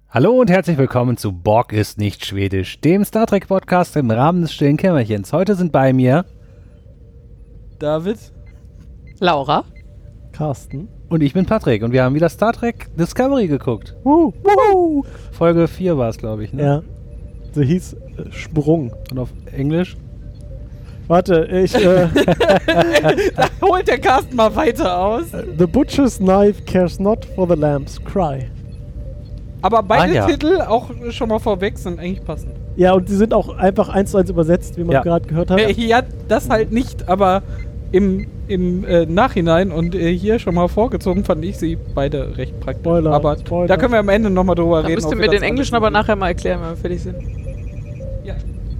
Hallo und herzlich willkommen zu Borg ist nicht schwedisch, dem Star Trek Podcast im Rahmen des stillen Kämmerchens. Heute sind bei mir David, Laura, Carsten und ich bin Patrick und wir haben wieder Star Trek Discovery geguckt. Folge 4 war es, glaube ich, ne? Ja, so hieß Sprung. Und auf Englisch? Warte, ich da holt der Carsten mal weiter aus. The Butcher's Knife cares not for the lamb's cry. Aber beide ja. Titel, auch schon mal vorweg, sind eigentlich passend. Ja, und die sind auch einfach 1:1 übersetzt, wie man Ja. gerade gehört hat. Ja, das halt nicht, aber im Nachhinein und hier schon mal vorgezogen, fand ich sie beide recht praktisch. Spoiler, aber Spoiler. da können wir am Ende nochmal drüber da reden. müsst ihr ob mir wir den das Englischen alles aber nachher mal erklären, wenn wir fertig sind. Ja.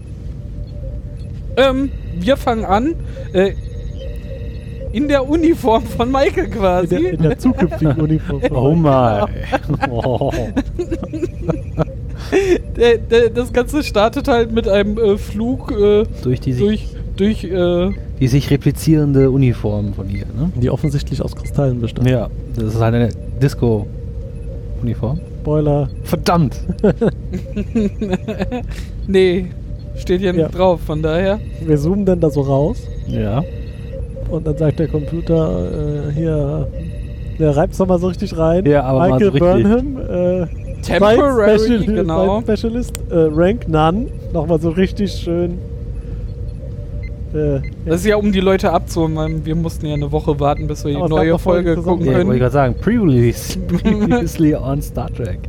Wir fangen an in der Uniform von Michael quasi. In der zukünftigen Uniform. Oh my. Oh. Das Ganze startet halt mit einem Flug Durch die durch sich replizierende Uniform von ihr, ne? Die offensichtlich aus Kristallen bestand. Ja, das ist halt eine Disco-Uniform. Spoiler. Verdammt! nee, steht hier Ja. nicht drauf, von daher. Wir zoomen dann da so raus Ja. und dann sagt der Computer, hier, der reibt nochmal so richtig rein. Ja, aber mal Michael so richtig. Burnham, Temporary, Science genau. Specialist, Rank None. Nochmal so richtig schön. Das ist ja, um die Leute abzuholen, weil wir mussten ja eine Woche warten, bis wir die Aber es neue gab noch Folge Folgen gucken Ja, wollte ich können. gerade sagen, previously on Star Trek.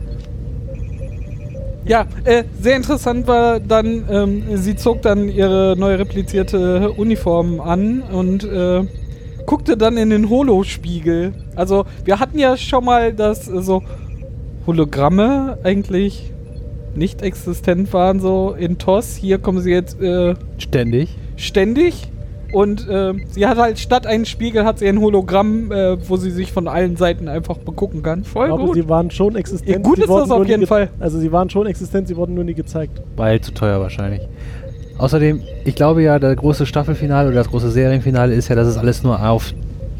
Ja, sehr interessant war dann, sie zog dann ihre neu replizierte Uniform an und guckte dann in den Holospiegel. Also wir hatten ja schon mal, dass so Hologramme eigentlich nicht existent waren, so in TOS. Hier kommen sie jetzt Ständig. ständig. Und sie hat halt statt einen Spiegel hat sie ein Hologramm, wo sie sich von allen Seiten einfach begucken kann. Ich Voll glaube, gut. sie waren schon existent. Ja, gut sie ist wurden das auf nur nie jeden Fall. Also sie waren schon existent, sie wurden nur nie gezeigt. Weil zu teuer wahrscheinlich. Außerdem, ich glaube ja, der große Staffelfinale oder das große Serienfinale ist ja, dass es alles nur auf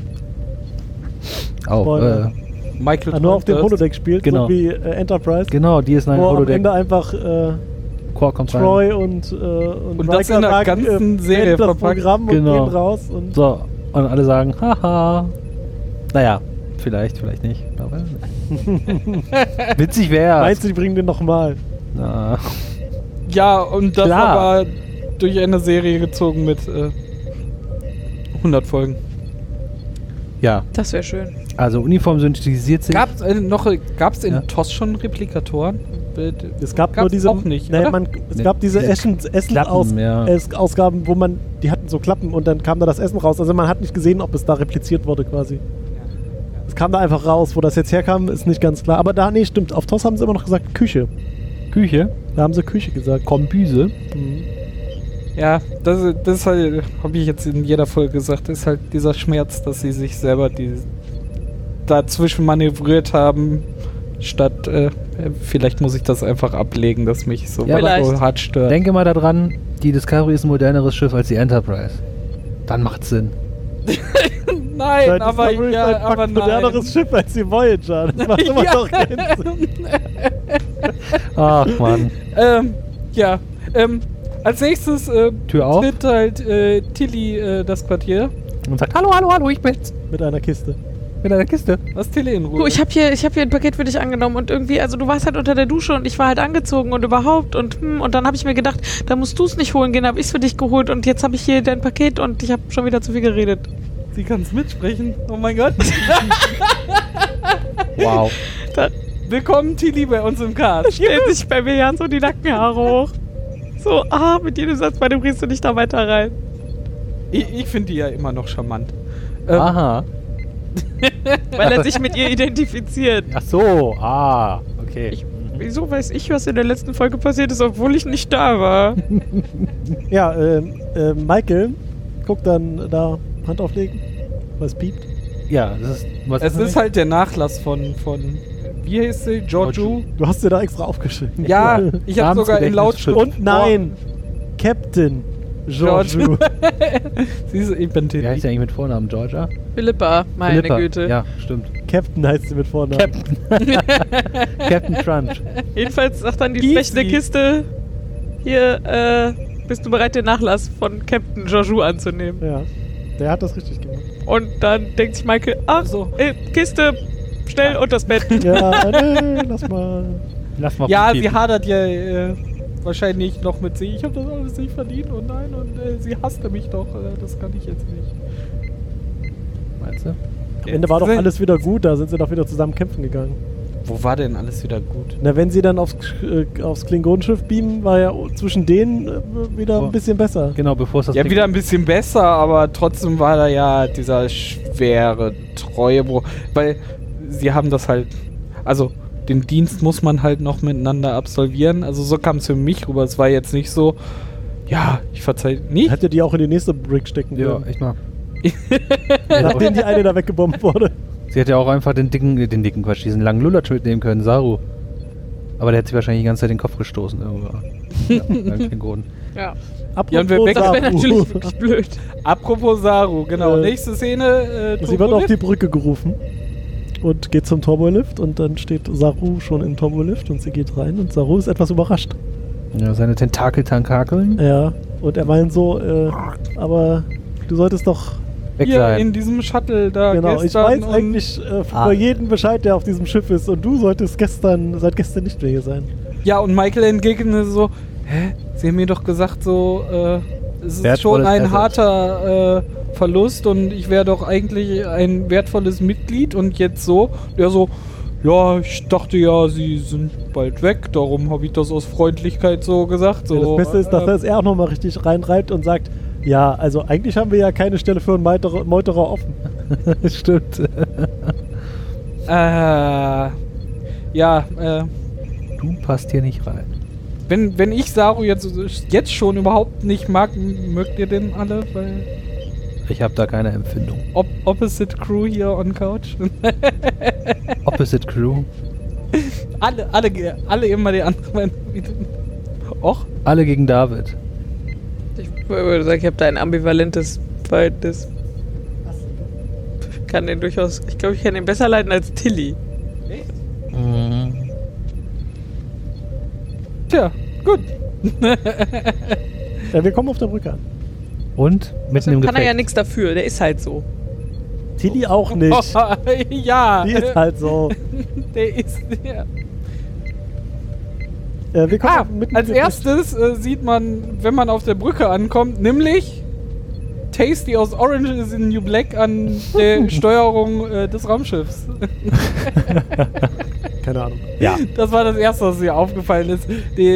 Spoiler. Michael Nur auf dem Tronte. Holodeck spielt, Genau. so wie Enterprise. genau, die ist ein Wo am Holodeck. Ende einfach Quark kommt rein. Troy und das Riker in der sagen, ganzen Serie beenden das verpackt. Programm Genau. und gehen raus. Und So, und alle sagen, haha. Naja, vielleicht nicht. Aber witzig wäre. meinst du, die bringen den nochmal? Na, Ja, und das Klar. aber durch eine Serie gezogen mit 100 Folgen. ja, Das wäre schön. also Uniform synthetisiert sich. Gab's in Ja. TOS schon Replikatoren? Es gab Gab's nur diese, auch nicht, naja, oder? es Nee, gab diese diese Klappen, ja. Ausgaben, wo man, die hatten so Klappen und dann kam da das Essen raus. Also man hat nicht gesehen, ob es da repliziert wurde quasi. Es kam da einfach raus, wo das jetzt herkam, ist nicht ganz klar. Aber da, nee, stimmt, auf TOS haben sie immer noch gesagt Küche. Küche, Da haben sie Küche gesagt. Kombüse. Mhm. Ja, das ist halt, habe ich jetzt in jeder Folge gesagt, ist halt dieser Schmerz, dass sie sich selber dazwischen manövriert haben, statt, vielleicht muss ich das einfach ablegen, dass mich so, Ja, so hart stört. Denke mal daran, die Discovery ist ein moderneres Schiff als die Enterprise. Dann macht's Sinn. Nein, Vielleicht aber ist ja, ein aber nein. moderneres Schiff als die Voyager. Das macht immer Ja. noch keinen Sinn. Ach Mann. Ja, als nächstes Tür auf. tritt halt Tilly das Quartier. Und sagt, hallo, ich bin's. Mit einer Kiste. Mit einer Kiste. Was Tilly in Ruhe. Du, ich hab hier ein Paket für dich angenommen und irgendwie, also du warst halt unter der Dusche und ich war halt angezogen und überhaupt und dann habe ich mir gedacht, da musst du es nicht holen gehen, habe ich es für dich geholt und jetzt habe ich hier dein Paket und ich habe schon wieder zu viel geredet. Sie kann es mitsprechen. Oh mein Gott. Wow. Willkommen, Tilly, bei uns im Cast. Stellt sich bei mir ja so die Nackenhaare hoch. So, mit jedem Satz bei dem bringst du dich da weiter rein. Ich finde die ja immer noch charmant. Aha. Weil er sich mit ihr identifiziert. Ach so, okay. Wieso weiß ich, was in der letzten Folge passiert ist, obwohl ich nicht da war? Ja, Michael guckt dann da Hand auflegen. Was piept? Ja, das ist... Was Es ist halt der Nachlass von wie heißt sie? Giorgio? Du hast dir da extra aufgeschrieben. Ja, ich habe sogar in Lautschrift. Und nein, Captain Giorgio. Siehst du, ich bin Wie Tilly. heißt der eigentlich mit Vornamen? Georgia? Philippa, meine Philippa. Güte. Ja, stimmt. Captain heißt sie mit Vornamen. Captain Crunch. Jedenfalls sagt dann die Hieß sprechende sie. Kiste, hier, bist du bereit, den Nachlass von Captain Joju anzunehmen? Ja, der hat das richtig gemacht. Und dann denkt sich Michael, ach so, Kiste, schnell unters Bett. Ja, nee, lass mal. Lass mal Ja, piepen. sie hadert ja wahrscheinlich noch mit sich. Ich habe das alles nicht verdient und nein, und sie hasste mich doch. Das kann ich jetzt nicht. Meinst du? Am Ende war doch alles wieder gut, da sind sie doch wieder zusammen kämpfen gegangen. Wo war denn alles wieder gut? Na, wenn sie dann aufs Klingonenschiff beamen, war ja zwischen denen wieder ein bisschen besser. Genau, bevor es das Ja, Ding- wieder ein bisschen besser, aber trotzdem war da ja dieser schwere Treuebruch. Weil sie haben das halt, also den Dienst muss man halt noch miteinander absolvieren. Also so kam es für mich rüber. Es war jetzt nicht so, ja, ich verzeih nicht. Hätte die auch in die nächste Brick stecken Ja, können. echt mal. Nachdem die eine da weggebombt wurde. Sie hätte ja auch einfach den dicken Quatsch, diesen langen Lulatsch mitnehmen können, Saru. Aber der hätte sich wahrscheinlich die ganze Zeit den Kopf gestoßen irgendwo. Beim Klingonen. Ja, Ja, und wer weg- das wäre Saru. natürlich wirklich blöd. Apropos Saru, genau. Nächste Szene. Sie wird auf die Turbolift. Brücke gerufen und geht zum Turbolift und dann steht Saru schon im Turbolift und sie geht rein und Saru ist etwas überrascht. Ja, seine Tentakel-Tankakeln. Ja, und er meint so, aber du solltest doch... Weg Hier sein. in diesem Shuttle da Genau, ich gestern weiß und- eigentlich über jeden Bescheid, der auf diesem Schiff ist und du solltest seit gestern nicht mehr hier sein. Ja, und Michael entgegnete so, hä? Sie haben mir doch gesagt, so, es ist Wertvolles schon ein Asset. harter Verlust und ich wäre doch eigentlich ein wertvolles Mitglied und jetzt so. Der so, ja, ich dachte ja, sie sind bald weg, darum habe ich das aus Freundlichkeit so gesagt. So, Ja, das Beste ist, dass er auch nochmal richtig reinreibt und sagt, ja, also eigentlich haben wir ja keine Stelle für einen Meuterer offen. Stimmt. ja, Du passt hier nicht rein. wenn ich Saru jetzt schon überhaupt nicht mag, mögt ihr den alle? Weil Ich habe da keine Empfindung. Opposite Crew hier on Couch. Opposite Crew. alle immer die anderen. Och, Also Alle gegen David. Ich würde sagen, ich habe da ein ambivalentes Verhältnis. Ich kann den durchaus, ich glaube, ich kann den besser leiden als Tilly. Mhm. tja, gut. Ja, wir kommen auf der Brücke an. Und mitten im Kann er ja Gefecht. nichts dafür, der ist halt so. Tilly auch nicht. ja, Die ist halt so. der ist. Ja. Wir kommen Ah, mitten als im Gefecht. erstes sieht man, wenn man auf der Brücke ankommt, nämlich Tasty aus Orange is the New Black an der Steuerung des Raumschiffs. Keine Ahnung. Ja. Das war das Erste, was mir aufgefallen ist.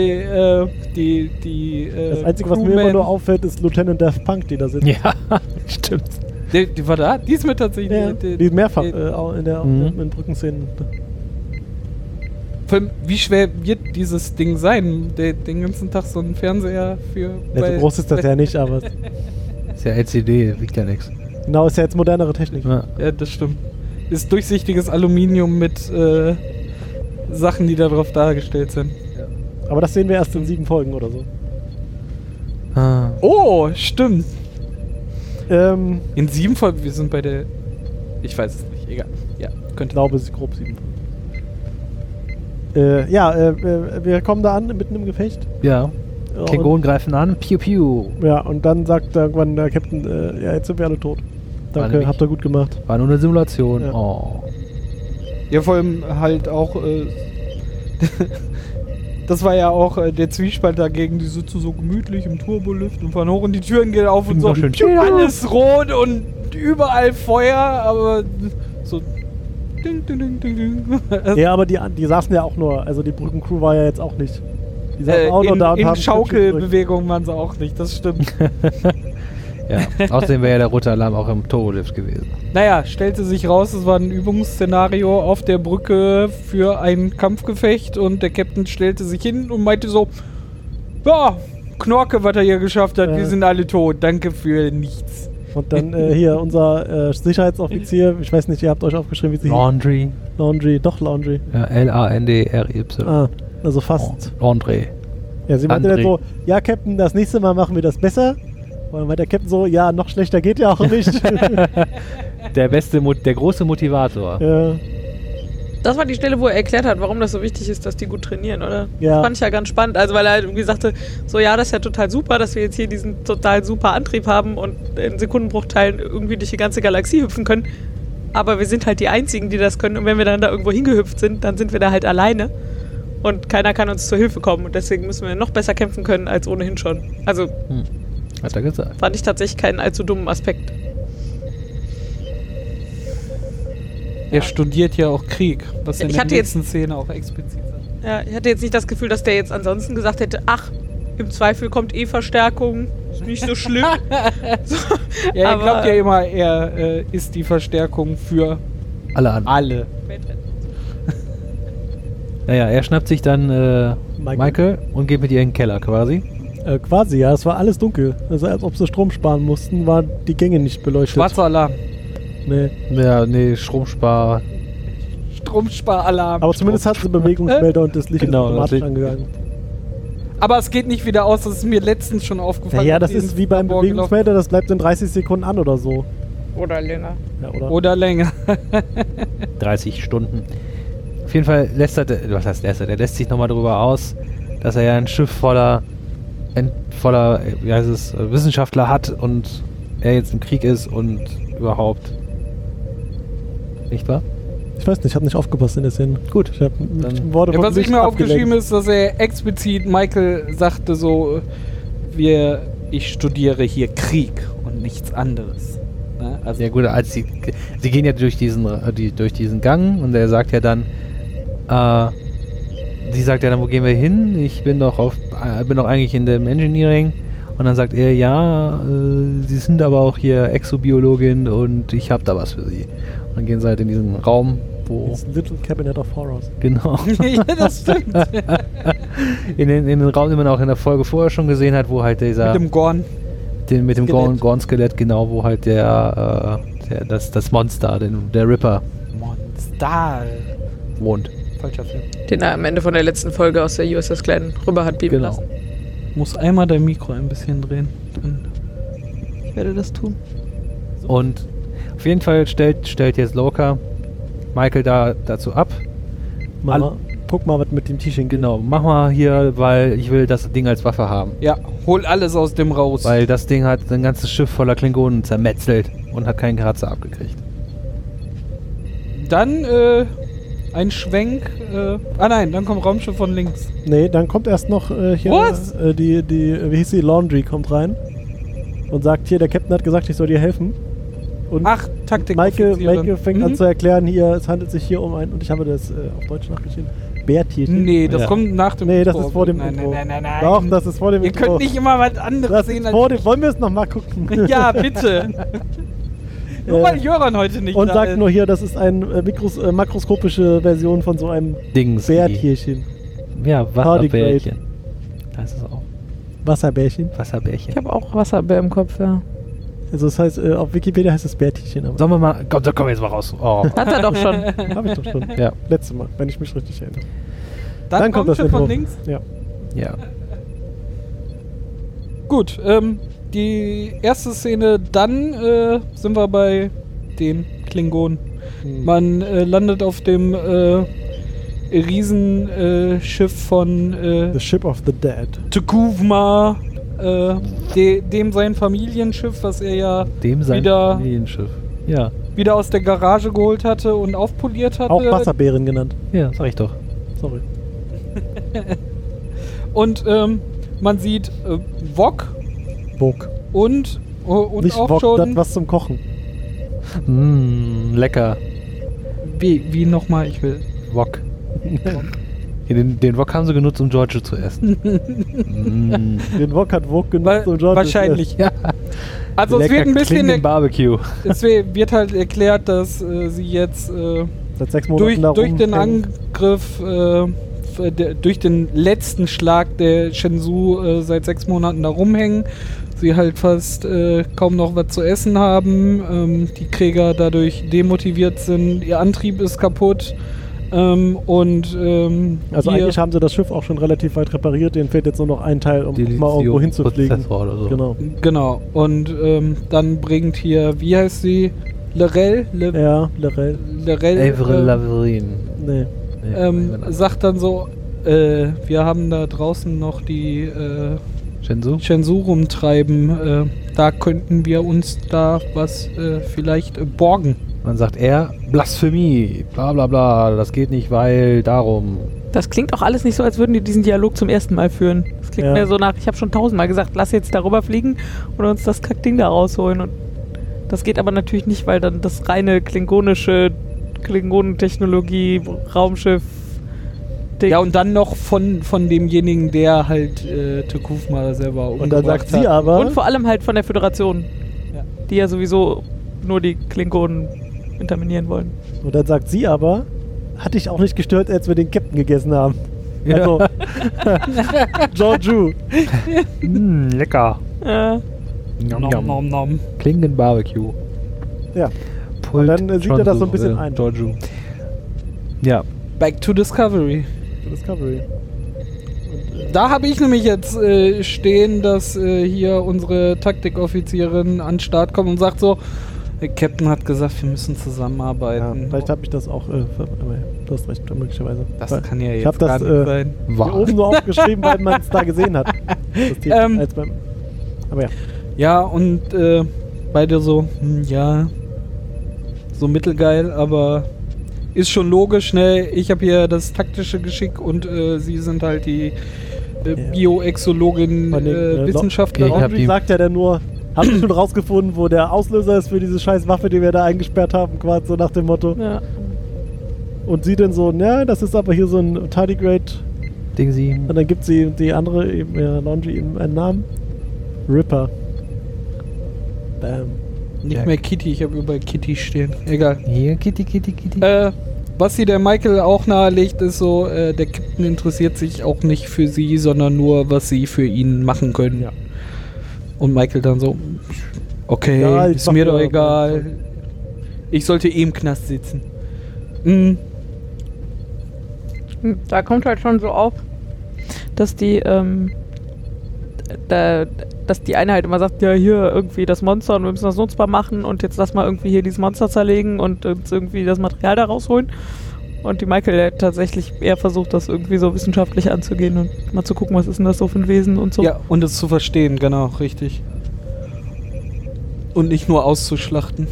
Das Einzige, was mir immer nur auffällt, ist Lieutenant Daft Punk, die da sitzt. Ja, stimmt. Die war da? Die ist mir tatsächlich. Ja, die ist mehrfach auch in den Brückenszenen. Vor allem, wie schwer wird dieses Ding sein? Den ganzen Tag so ein Fernseher für. Ja, so groß ist das ja nicht, aber Ist ja LCD, wiegt ja nichts. genau, ist ja jetzt modernere Technik. Ja. Ja, das stimmt. Ist durchsichtiges Aluminium mit Sachen, die darauf dargestellt sind. Aber das sehen wir erst in 7 Folgen oder so. Ah. Oh, stimmt. In In 7 Folgen, wir sind bei der. Ich weiß es nicht, egal. Ja, könnte. glaube, es ist grob 7 Folgen. Wir kommen da an, mitten im Gefecht. Ja. Klingonen greifen an. Piu piu. Ja, und dann sagt irgendwann der Captain, ja, jetzt sind wir alle tot. War Danke, nämlich- habt ihr gut gemacht. War nur eine Simulation. Ja. Oh. Ja, vor allem halt auch. Das war ja auch der Zwiespalt dagegen. Die sitzen so gemütlich im Turbolift und fahren hoch und die Türen gehen auf und so. So schön. Alles rot und überall Feuer, aber so. Ding, ding, ding, ding, ding. Ja, aber die saßen ja auch nur, also die Brückencrew war ja jetzt auch nicht. Die saßen auch nur da und in haben Schaukelbewegung waren sie auch nicht, das stimmt. Ja. Außerdem wäre ja der rote Alarm auch im Turbolift gewesen. Naja, stellte sich raus, es war ein Übungsszenario auf der Brücke für ein Kampfgefecht und der Captain stellte sich hin und meinte so, ja, Knorke, was er hier geschafft hat, wir sind alle tot, danke für nichts. Und dann hier unser Sicherheitsoffizier, ich weiß nicht, ihr habt euch aufgeschrieben, wie sie hieß. Laundry. Laundry, doch Laundry. Ja, L-A-N-D-R-Y. Ah, also fast. Laundry. Ja, sie meinte dann André. so, ja Captain, das nächste Mal machen wir das besser. Und dann der Captain so, ja, noch schlechter geht ja auch nicht. Der große Motivator. Ja. Das war die Stelle, wo er erklärt hat, warum das so wichtig ist, dass die gut trainieren, oder? Ja. Das fand ich ja ganz spannend. Also weil er halt irgendwie sagte, so ja, das ist ja total super, dass wir jetzt hier diesen total super Antrieb haben und in Sekundenbruchteilen irgendwie durch die ganze Galaxie hüpfen können. Aber wir sind halt die Einzigen, die das können. Und wenn wir dann da irgendwo hingehüpft sind, dann sind wir da halt alleine. Und keiner kann uns zur Hilfe kommen. Und deswegen müssen wir noch besser kämpfen können als ohnehin schon. Also Hat er gesagt. fand ich tatsächlich keinen allzu dummen Aspekt. Er studiert ja auch Krieg, was in Ich der hatte jetzt- nächsten Szene auch explizit sagt. Ja, ich hatte jetzt nicht das Gefühl, dass der jetzt ansonsten gesagt hätte, ach, im Zweifel kommt Verstärkung, ist nicht so schlimm. So, Ja, er aber- glaubt ja immer, er ist die Verstärkung für Alle an. alle. Naja, er schnappt sich dann Michael und geht mit ihr in den Keller quasi. Quasi, ja, es war alles dunkel. Also als ob sie Strom sparen mussten, waren die Gänge nicht beleuchtet. Schwarzer Alarm. Nee. Ja, nee, Stromspar. Stromsparalarm. Aber zumindest hatten sie Bewegungsmelder und das Licht Genau, ist automatisch das Licht- angegangen. Aber es geht nicht wieder aus, das ist mir letztens schon aufgefallen. Ja, als das ich ist ins wie beim Labor gelaufen Bewegungsmelder, das bleibt in 30 Sekunden an oder so. Oder länger. Ja, bin. oder? Oder länger. 30 Stunden. Auf jeden Fall lässt er, der lässt sich nochmal darüber aus, dass er ja ein Schiff voller wie heißt es, Wissenschaftler hat und er jetzt im Krieg ist und überhaupt. Nicht wahr? Ich weiß nicht, ich habe nicht aufgepasst in der Szene. Gut. Ich habe Dann- Worte Ja, vom was ich Licht mir aufgeschrieben abgelenkt. ist, dass er explizit, Michael sagte so, ich studiere hier Krieg und nichts anderes. Ne? Also Ja gut, als sie gehen ja durch diesen Gang und er sagt ja dann, sie sagt ja dann, wo gehen wir hin? Ich bin doch eigentlich in dem Engineering. Und dann sagt er, ja, sie sind aber auch hier Exobiologin und ich habe da was für sie. Und dann gehen sie halt in diesen Raum, wo Das Little Cabinet of Horrors. genau ja, das stimmt. in den Raum, den man auch in der Folge vorher schon gesehen hat, wo halt dieser Mit dem Gorn. mit dem Skelett. Gorn-Skelett, genau, wo halt das Monster, der Ripper Monster. wohnt. Falscher Film. Den er am Ende von der letzten Folge aus der USS Glenn rüber hat beamen Genau. lassen. Muss einmal dein Mikro ein bisschen drehen. Ich werde das tun. Und auf jeden Fall stellt jetzt Lorca Michael dazu ab. Guck mal, was mit dem T-Shirt geht. Genau, mach mal hier, weil ich will das Ding als Waffe haben. Ja, hol alles aus dem raus. Weil das Ding hat ein ganzes Schiff voller Klingonen zermetzelt und hat keinen Kratzer abgekriegt. Dann ein Schwenk. Dann kommt Raumschiff von links. Nee, dann kommt erst noch hier Was? wie hieß die, Laundry kommt rein und sagt, hier, der Captain hat gesagt, ich soll dir helfen. Und Ach, Taktik. Michael fängt an zu erklären, hier, es handelt sich hier um und ich habe das auf Deutsch nachgeschrieben, Bärtierchen. Nee, das Ja. kommt nach dem Nee, das Intro. ist vor dem nein, Intro. Nein, nein, nein, nein. Doch, das ist vor dem Ihr Intro. könnt nicht immer was anderes Das sehen ist als... vor dem, wollen wir es nochmal gucken? Ja, bitte. Nur weil Jöran heute nicht Und da sagt ist. nur hier, das ist eine makroskopische Version von so einem Dings. Bärtierchen. Ja, Tardigrade. Wasserbärchen. Das ist auch Wasserbärchen. Wasserbärchen. Ich habe auch Wasserbär im Kopf, ja. Also das heißt, auf Wikipedia heißt es Bärtierchen, aber Sollen wir mal. Komm, da kommen wir jetzt mal raus. Oh. Hat er doch schon. habe ich doch schon. Ja. Letztes Mal, wenn ich mich richtig erinnere. Dann kommt das Raumschiff von Intro. links. Ja. Ja. Gut, die erste Szene, dann sind wir bei den Klingonen. Man landet auf dem Riesenschiff von The Ship of the Dead. Tukuvma, dem sein Familienschiff, was er ja Dem sein Wieder- Familienschiff. Ja. wieder aus der Garage geholt hatte und aufpoliert hatte. Auch Wasserbären genannt. Ja, sag ich doch. Sorry. Und man sieht Wok Wok. und Nicht auch Wok, das schon... was zum Kochen. Lecker. Wie nochmal? Ich will... Wok. Ja, den Wok haben sie genutzt, um Giorgio zu essen. Den Wok hat Wok genutzt und George wahrscheinlich. Ja. Also es Lecker wird ein bisschen... klingenden Barbecue. Es wird halt erklärt, dass sie jetzt Seit 6 Monaten da durch den rumhängen. Angriff, durch den letzten Schlag der Shenzhou seit 6 Monaten da rumhängen. Sie halt fast kaum noch was zu essen haben. Die Krieger dadurch demotiviert sind. Ihr Antrieb ist kaputt. Also eigentlich haben sie das Schiff auch schon relativ weit repariert, denen fehlt jetzt nur noch ein Teil, um mal irgendwo hinzufliegen. Oder so. Genau. Und dann bringt hier, wie heißt sie? Lorel? Lorel. Avril Lavigne. Nee. Sagt dann so, wir haben da draußen noch die Shenzhou rumtreiben. Da könnten wir uns da was vielleicht borgen. Dann sagt er, Blasphemie, bla bla bla, das geht nicht, weil darum. Das klingt auch alles nicht so, als würden die diesen Dialog zum ersten Mal führen. Das klingt mehr so nach, ich habe schon 1000-mal gesagt, lass jetzt darüber fliegen und uns das Kackding da rausholen. Und das geht aber natürlich nicht, weil dann das reine Klingonentechnologie, Raumschiff, Ding. Ja, und dann noch von demjenigen, der halt T'Kuvma mal selber umgebracht Und dann sagt sie aber... Und vor allem halt von der Föderation, die ja sowieso nur die Klingonen interminieren wollen. Und dann sagt sie aber, hat dich auch nicht gestört, als wir den Captain gegessen haben. Ja. Also, Georgiou. Lecker. Nom, nom, nom. Klingen Barbecue. Ja. Pult Und dann sieht er das so ein bisschen ein. Georgiou. Ja. Back to Discovery. Discovery. Da habe ich nämlich jetzt stehen, dass hier unsere Taktikoffizierin an den Start kommt und sagt so, der Captain hat gesagt, wir müssen Ja, zusammenarbeiten. vielleicht habe ich das auch... du hast recht, möglicherweise. Das kann ja Ich jetzt hab das, gar nicht sein. Hier oben nur aufgeschrieben, weil man es da gesehen hat. Das Thema als beim, aber ja. Ja, und beide so, ja, so mittelgeil, aber ist schon logisch, ne? Ich habe hier das taktische Geschick und sie sind halt die Bioexologin, Wissenschaftler. Ich hab Laundry sagt ja dann nur, haben wir schon rausgefunden, wo der Auslöser ist für diese scheiß Waffe, die wir da eingesperrt haben, quasi so nach dem Motto. Ja. Und sie dann so, ja, das ist aber hier so ein Tardigrade. Ding sie. Und dann gibt sie die andere, eben, Laundry, eben einen Namen. Ripper. Bam. Nicht mehr Kitty, ich habe überall Kitty stehen. Egal. Hier, Kitty. Was sie der Michael auch nahelegt, ist so, der Captain interessiert sich auch nicht für sie, sondern nur, was sie für ihn machen können. Ja. Und Michael dann so, okay, Ja, ich ist mach mir doch ja- egal. Ich sollte eh im Knast sitzen. Mhm. Da kommt halt schon so auf, dass die eine halt immer sagt, ja hier irgendwie das Monster und wir müssen das nutzbar machen und jetzt lass mal irgendwie hier dieses Monster zerlegen und uns irgendwie das Material da rausholen. Und die Michael tatsächlich eher versucht, das irgendwie so wissenschaftlich anzugehen und mal zu gucken, was ist denn das so für ein Wesen und so. Ja, und es zu verstehen, genau, richtig. Und nicht nur auszuschlachten.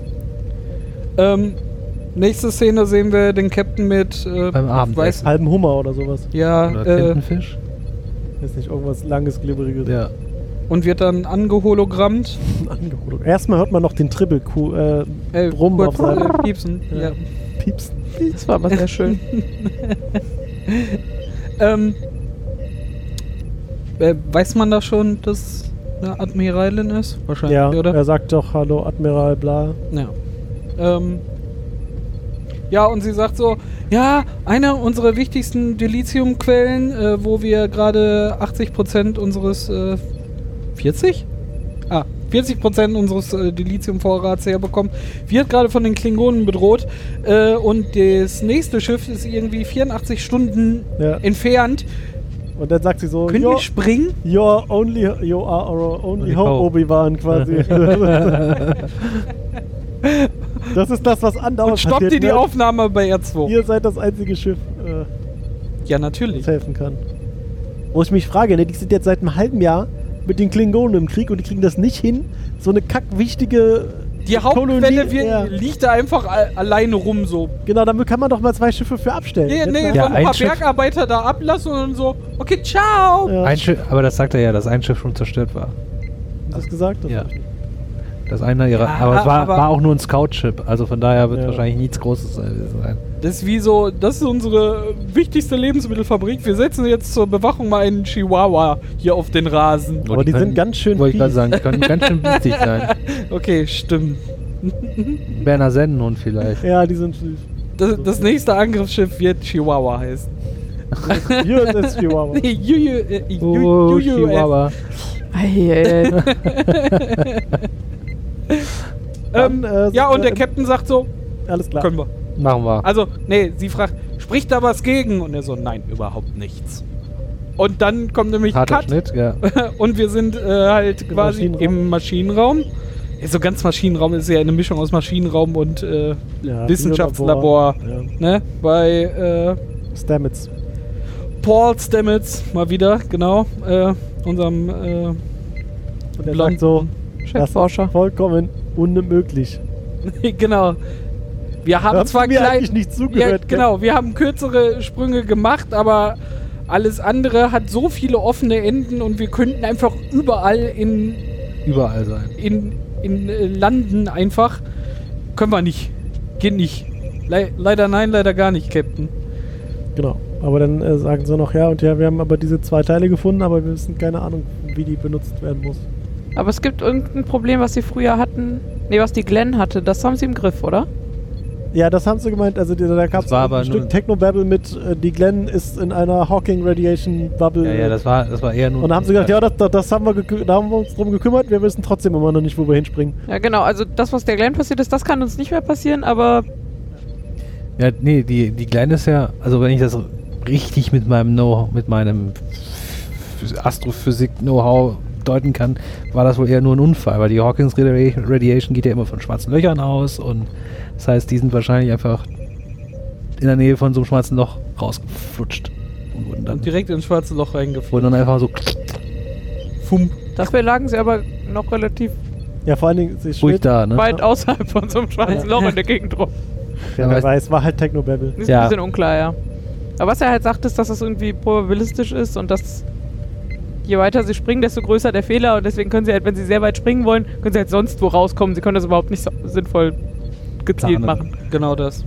Nächste Szene sehen wir den Captain mit Beim Abendessen. Halben Hummer oder sowas. ja, Oder Tintenfisch. Ist nicht irgendwas langes, glibberiges. Ja. und wird dann angehologrammt. Erstmal hört man noch den Brummen auf kurz, seinem Piepsen. Ja. Ja. Piepsen. Das war aber sehr schön. Weiß man da schon, dass eine Admiralin ist? Wahrscheinlich, Ja, oder? er sagt doch Hallo Admiral, bla. Ja. Ja, und sie sagt so, ja, eine unserer wichtigsten Dilithiumquellen, wo wir gerade 80% unseres 40? 40% unseres Dilithiumvorrats herbekommen, wird gerade von den Klingonen bedroht und das nächste Schiff ist irgendwie 84 Stunden entfernt. Und dann sagt sie so, Können wir springen? you are our only hope, hope. Obi-Wan, quasi. Das ist das, was andauernd Und stoppt passiert, ihr die ne? Aufnahme bei R2? Ihr seid das einzige Schiff, Ja, natürlich. das helfen kann. Wo ich mich frage, ne, die sind jetzt seit einem halben Jahr mit den Klingonen im Krieg und die kriegen das nicht hin, so eine kackwichtige Die Hauptquelle Kolonie, liegt da einfach alleine rum so. Genau, damit kann man doch mal 2 Schiffe für abstellen. Nee, Jetzt nee, mal- Ja, von ein paar ein Schiff- Bergarbeiter da ablassen und so, okay, ciao! Ja. Ein Schiff, aber das sagt er ja, dass ein Schiff schon zerstört war. Hast du das gesagt? Das Ja. hab ich nicht. Das eine ihrer, Ja, aber es war, aber- war auch nur ein Scout-Ship, also von daher wird Ja. wahrscheinlich nichts Großes sein. Das ist wie so, das ist unsere wichtigste Lebensmittelfabrik. Wir setzen jetzt zur Bewachung mal einen Chihuahua hier auf den Rasen. Aber die sind ganz schön Wollte ich gerade fies. sagen, die können ganz schön wichtig sein. Okay, stimmt. Berner Sennenhund vielleicht. Ja, die sind süß. Das nächste Angriffsschiff wird Chihuahua heißen. USS Chihuahua. Nee, Oh, UUS. Chihuahua. Ei. Dann, Ja, und der sind Captain sagt so, wir- alles klar. können wir. Machen wir. Also, nee, sie fragt, spricht da was gegen? Und er so, nein, überhaupt nichts. Und dann kommt nämlich Harter Cut Schnitt, ja. und wir sind halt Im quasi Maschinenraum. im Maschinenraum. Ja, so ganz Maschinenraum ist ja eine Mischung aus Maschinenraum und Wissenschaftslabor. Ja. Ne? Bei Stamets. Paul Stamets, mal wieder, genau. Unserem Und er blonden sagt so, das ist Chefforscher. vollkommen unmöglich. genau. Wir haben Hast zwar du mir klein, eigentlich nicht zugehört, ja, genau, wir haben kürzere Sprünge gemacht, aber alles andere hat so viele offene Enden und wir könnten einfach überall Überall sein. in landen einfach. Können wir nicht. Geht nicht. Leider nein, leider gar nicht, Captain. Genau. Aber dann sagen sie noch, ja, und ja, wir haben aber diese 2 Teile gefunden, aber wir wissen keine Ahnung, wie die benutzt werden muss. Aber es gibt irgendein Problem, was sie früher hatten. Nee, was die Glenn hatte. Das haben sie im Griff, oder? Ja, das haben sie gemeint, also da gab es war ein aber nur- Stück Technobabble mit, die Glenn ist in einer Hawking Radiation Bubble. Ja, das war eher nur... Und da haben sie gesagt, ja, das haben da haben wir uns drum gekümmert, wir wissen trotzdem immer noch nicht, wo wir hinspringen. Ja, genau. Also das, was der Glenn passiert ist, das kann uns nicht mehr passieren, aber Ja, nee, die Kleine ist ja, also wenn ich das richtig mit meinem Astrophysik-Know-how deuten kann, war das wohl eher nur ein Unfall, weil die Hawkins Radiation geht ja immer von schwarzen Löchern aus und das heißt, die sind wahrscheinlich einfach in der Nähe von so einem schwarzen Loch rausgeflutscht und wurden dann, Und direkt ins schwarze Loch reingeflogen. wurden dann einfach so Fump. dafür lagen sie aber noch relativ Ja, vor allen Dingen, sie ruhig schwebt, da, ne? weit außerhalb von so einem schwarzen Loch in der Gegend rum. ja, wer weiß, war halt Technobabble. Ist Ja. ein bisschen unklar, ja. Aber was er halt sagt, ist, dass das irgendwie probabilistisch ist und dass je weiter sie springen, desto größer der Fehler und deswegen können sie halt, wenn sie sehr weit springen wollen, können sie halt sonst wo rauskommen. Sie können das überhaupt nicht so sinnvoll gezielt Planen. machen. Genau das.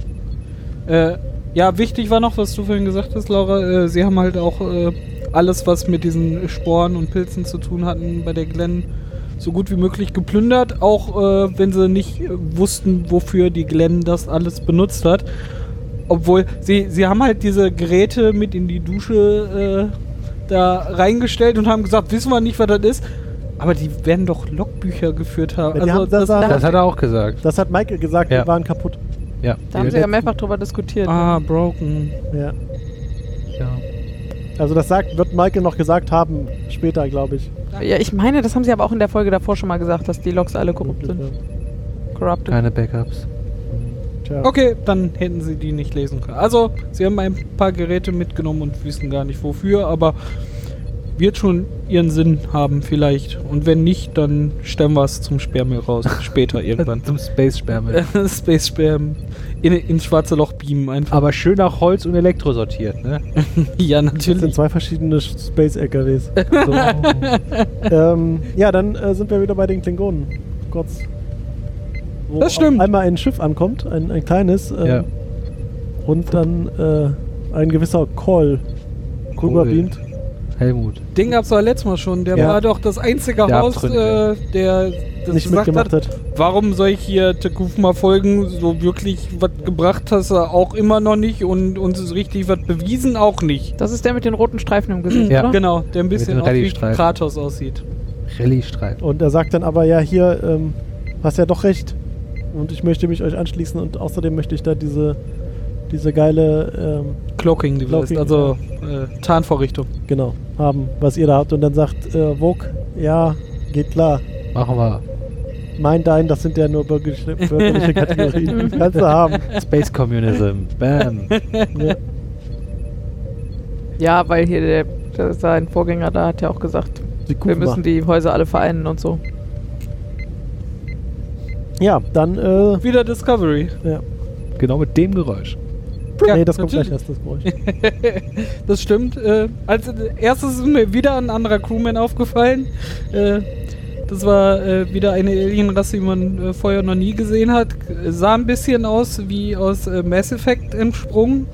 Ja, wichtig war noch, was du vorhin gesagt hast, Laura. Sie haben halt auch alles, was mit diesen Sporen und Pilzen zu tun hatten, bei der Glenn so gut wie möglich geplündert. Auch wenn sie nicht wussten, wofür die Glenn das alles benutzt hat. Obwohl, sie haben halt diese Geräte mit in die Dusche da reingestellt und haben gesagt, wissen wir nicht, was das ist. Aber die werden doch Logbücher geführt haben. Ja, die haben das- Das hat er auch gesagt. Das hat Michael gesagt, Ja. die waren kaputt. Ja. Da haben Die sie ja letzten- mehrfach drüber diskutiert. broken. Ja. ja. Also das wird Michael noch gesagt haben, später, glaube ich. Ja, ich meine, das haben sie aber auch in der Folge davor schon mal gesagt, dass die Logs alle korrupt sind. Corrupted. Keine Backups. Tja. Okay, dann hätten sie die nicht lesen können. Also, sie haben ein paar Geräte mitgenommen und wissen gar nicht wofür, aber wird schon ihren Sinn haben vielleicht. Und wenn nicht, dann stellen wir es zum Sperrmüll raus. Später irgendwann. Zum Space-Sperrmüll. Space Sperm ins schwarze Loch beamen einfach. Aber schön nach Holz und Elektro sortiert, ne? Ja, Das sind natürlich. 2 verschiedene Space-LKWs. So. Ja, dann sind wir wieder bei den Klingonen. Kurz. Wo Das stimmt. auf einmal ein Schiff ankommt, ein kleines, Ja. und dann ein gewisser Call rüberbeamt. Helmut. Den gab es aber letztes Mal schon. Der Ja. war doch das einzige Der Haus, Abtrünnige. der das Nicht gesagt mitgemacht hat. warum soll ich hier Tekuf mal folgen? So wirklich was gebracht hast du auch immer noch nicht und uns ist richtig was bewiesen auch nicht. Das ist der mit den roten Streifen im Gesicht, Ja. oder? Genau, der ein Mit bisschen den aus wie Rallye-Streifen. Kratos aussieht. Rallye-Streifen. Und er sagt dann aber, ja, hier, hast ja doch recht. Und ich möchte mich euch anschließen und außerdem möchte ich da diese geile, Cloaking Device, Cloaking, also Tarnvorrichtung. genau, haben, was ihr da habt. Und dann sagt Vogue, ja, geht klar. Machen wir. Dein, das sind ja nur bürgerliche Kategorien. Kannst du haben. Space Communism. Bam. Ja. Ja, weil hier sein Vorgänger da hat ja auch gesagt, Die Kuh wir müssen machen. die Häuser alle vereinen und so. Ja, dann, Wieder Discovery. ja. Genau mit dem Geräusch. Ja, Nee, das kommt natürlich. gleich erst, das Geräusch. Das stimmt. Als erstes ist mir wieder ein anderer Crewman aufgefallen. Das war wieder eine Alienrasse, die man vorher noch nie gesehen hat. Sah ein bisschen aus wie aus Mass Effect entsprungen.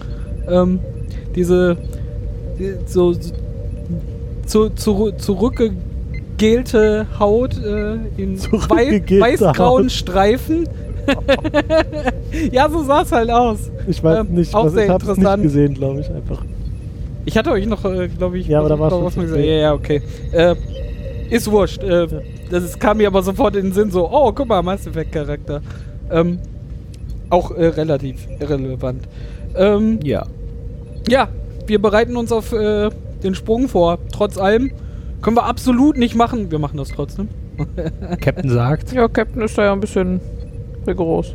Zurückgegelte Haut in Zurückgegelte weißgrauen Haut. Streifen. Ja, so sah es halt aus. Ich weiß nicht, auch was sehr ich hab's nicht interessant. gesehen, glaube ich, einfach. Ich hatte euch noch, glaube ich, Ja, aber da versucht, war's noch schon was zu mal gesagt. spät. Ja, okay. Ist wurscht. Das kam mir aber sofort in den Sinn so, oh, guck mal, Mass Effect Charakter. Auch relativ irrelevant. Ja. Ja, wir bereiten uns auf den Sprung vor. Trotz allem können wir absolut nicht machen. Wir machen das trotzdem. Captain sagt. Ja, Captain ist da ja ein bisschen rigoros.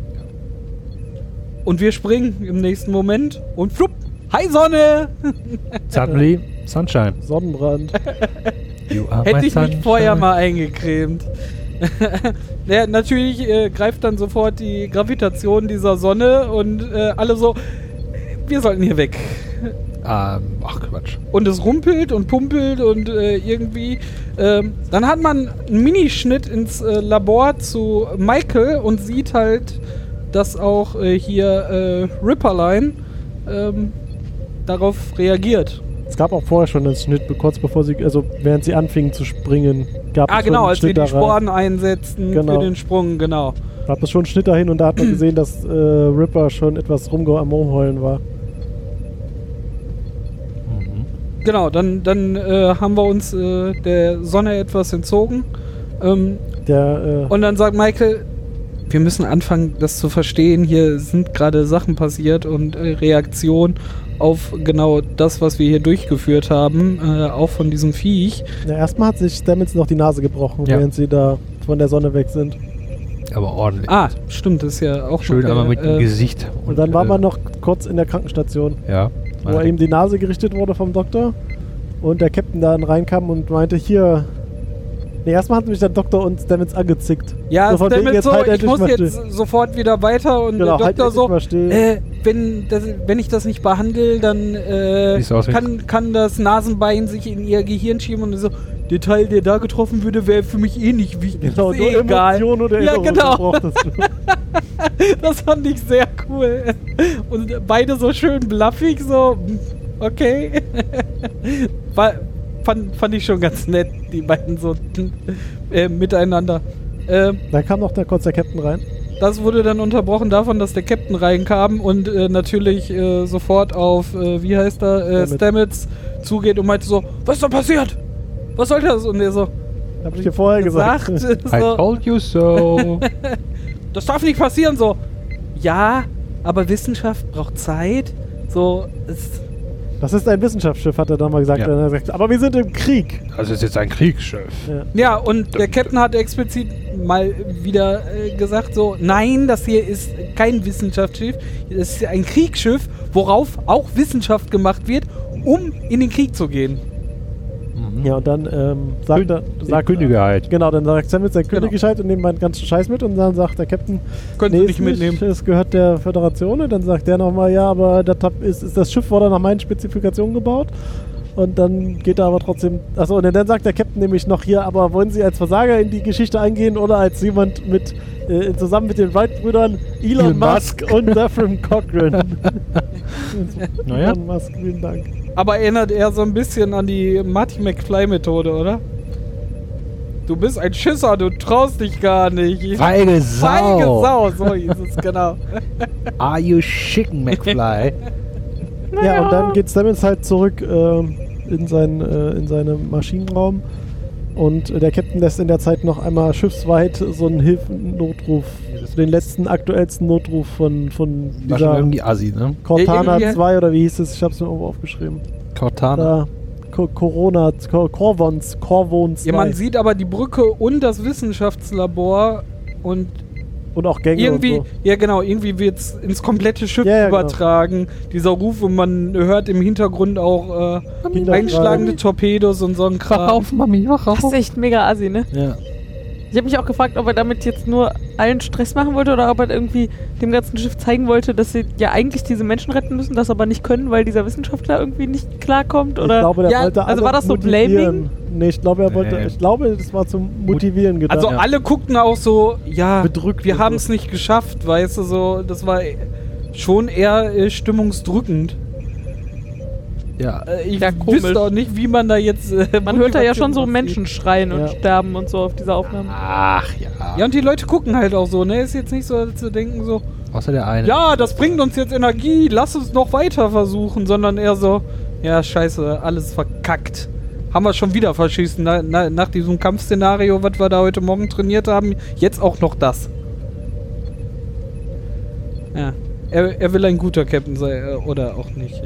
Und wir springen im nächsten Moment und flupp, hi Sonne! Suddenly, Sunshine. Sonnenbrand. You are Hätte my ich mich sunshine. vorher mal eingecremt. Ja, natürlich greift dann sofort die Gravitation dieser Sonne und alle so, wir sollten hier weg. Ach Quatsch. Und es rumpelt und pumpelt und irgendwie. Dann hat man einen Minischnitt ins Labor zu Michael und sieht halt, dass auch hier Ripperline darauf reagiert. Es gab auch vorher schon einen Schnitt, kurz bevor sie, also während sie anfingen zu springen, gab es schon Genau, einen als wir Schnitt die da rein. Sporen einsetzten Genau. für den Sprung, genau. Gab es schon einen Schnitt dahin und da hat man gesehen, dass Ripper schon etwas am Rumheulen war. Genau, dann haben wir uns der Sonne etwas entzogen. Und dann sagt Michael, wir müssen anfangen, das zu verstehen. Hier sind gerade Sachen passiert und Reaktion auf genau das, was wir hier durchgeführt haben, auch von diesem Viech. Ja, erstmal hat sich Stamets noch die Nase gebrochen, Ja. während sie da von der Sonne weg sind. Aber ordentlich. Ah, stimmt, das ist ja auch Schön noch einmal mit dem Gesicht. Und dann war man noch kurz in der Krankenstation, Ja. wo ihm die Nase gerichtet wurde vom Doktor und der Captain dann reinkam und meinte, hier... Nee, erstmal hat mich der Doktor und Stamets angezickt. Ja, So von wegen, Stamets jetzt so, halt ich endlich muss mal jetzt still. sofort wieder weiter und Genau, der halt Doktor endlich so, mal still. wenn ich das nicht behandle, dann Siehst du aus wie- kann das Nasenbein sich in ihr Gehirn schieben und so, der Teil, der da getroffen würde, wäre für mich eh nicht wichtig. Genau, ist nur eh egal. Emotion oder Ja, Erinnerung genau. brauchtest du. Das fand ich sehr cool. Und beide so schön bluffig, so, okay. Fand ich schon ganz nett, die beiden so miteinander. Dann kam noch kurz der Captain rein. Das wurde dann unterbrochen davon, dass der Captain reinkam und natürlich sofort auf, wie heißt er, Stamets zugeht und meinte so, was ist da passiert? Was soll das? Und er so, Hab ich dir vorher gesagt. I so, told you so. das darf nicht passieren, so. Ja, aber Wissenschaft braucht Zeit. So, Das ist ein Wissenschaftsschiff, hat er dann mal gesagt. Ja. Und er hat gesagt, aber wir sind im Krieg. Das ist jetzt ein Kriegsschiff. Ja. ja, und der Captain hat explizit mal wieder gesagt, so, nein, das hier ist kein Wissenschaftsschiff, das ist ein Kriegsschiff, worauf auch Wissenschaft gemacht wird, um in den Krieg zu gehen. Ja, und dann sagt Kündige halt. Genau, dann sagt Stamets, der König Genau. Gescheit und nimmt meinen ganzen Scheiß mit und dann sagt der Captain, Können Sie nicht mitnehmen. es gehört der Föderation und dann sagt der nochmal, ja, aber das Schiff wurde nach meinen Spezifikationen gebaut und dann geht er aber trotzdem, achso, und dann sagt der Captain nämlich noch hier, aber wollen Sie als Versager in die Geschichte eingehen oder als jemand mit, zusammen mit den Wright-Brüdern Elon Elon Musk und Zefram Cochrane. Naja. Elon Musk, vielen Dank. Aber erinnert er so ein bisschen an die Marty McFly-Methode, oder? Du bist ein Schisser, du traust dich gar nicht. Feige Sau. Feige Sau, so hieß es, genau. Are you chicken, McFly? Ja, und dann geht Stamets halt zurück in seinen Maschinenraum und der Captain lässt in der Zeit noch einmal schiffsweit so einen Hilfenotruf, den letzten aktuellsten Notruf von War schon dieser irgendwie assi, ne? Cortana Ja, irgendwie- 2 oder wie hieß es? Ich hab's mir irgendwo aufgeschrieben. Cortana. Corvon 2. Ja, man sieht aber die Brücke und das Wissenschaftslabor und Und auch Gänge irgendwie, und so. ja genau, irgendwie wird es ins komplette Schiff Ja, ja, übertragen. Dieser Ruf und man hört im Hintergrund auch Kinder einschlagende schreien. Torpedos und so ein Wach Kram. auf, Mami, wach auf. Das ist echt mega assi, ne? Ja. Ich habe mich auch gefragt, ob er damit jetzt nur allen Stress machen wollte oder ob er irgendwie dem ganzen Schiff zeigen wollte, dass sie ja eigentlich diese Menschen retten müssen, das aber nicht können, weil dieser Wissenschaftler irgendwie nicht klarkommt. Oder Ich glaube, der Ja, wollte also alle war das so motivieren. Nee, ich glaube, Nee. das war zum Motivieren gedacht. Also alle guckten auch so, ja, Bedrückt wir und haben so. es nicht geschafft, weißt du, so, das war schon eher stimmungsdrückend. Ja. Ich Ja, komisch. wüsste auch nicht, wie man da jetzt man hört da ja schon so Motivation Menschen schreien und Ja. sterben und so auf dieser Aufnahme. Ach ja. Ja, und die Leute gucken halt auch so, ne? Ist jetzt nicht so zu denken so, Außer der eine. ja, das bringt uns jetzt Energie, lass uns noch weiter versuchen, sondern eher so, ja, scheiße, alles verkackt. Haben wir schon wieder verschießen. Nach diesem Kampfszenario, was wir da heute Morgen trainiert haben, jetzt auch noch das. Ja. Er will ein guter Captain sein, oder auch nicht.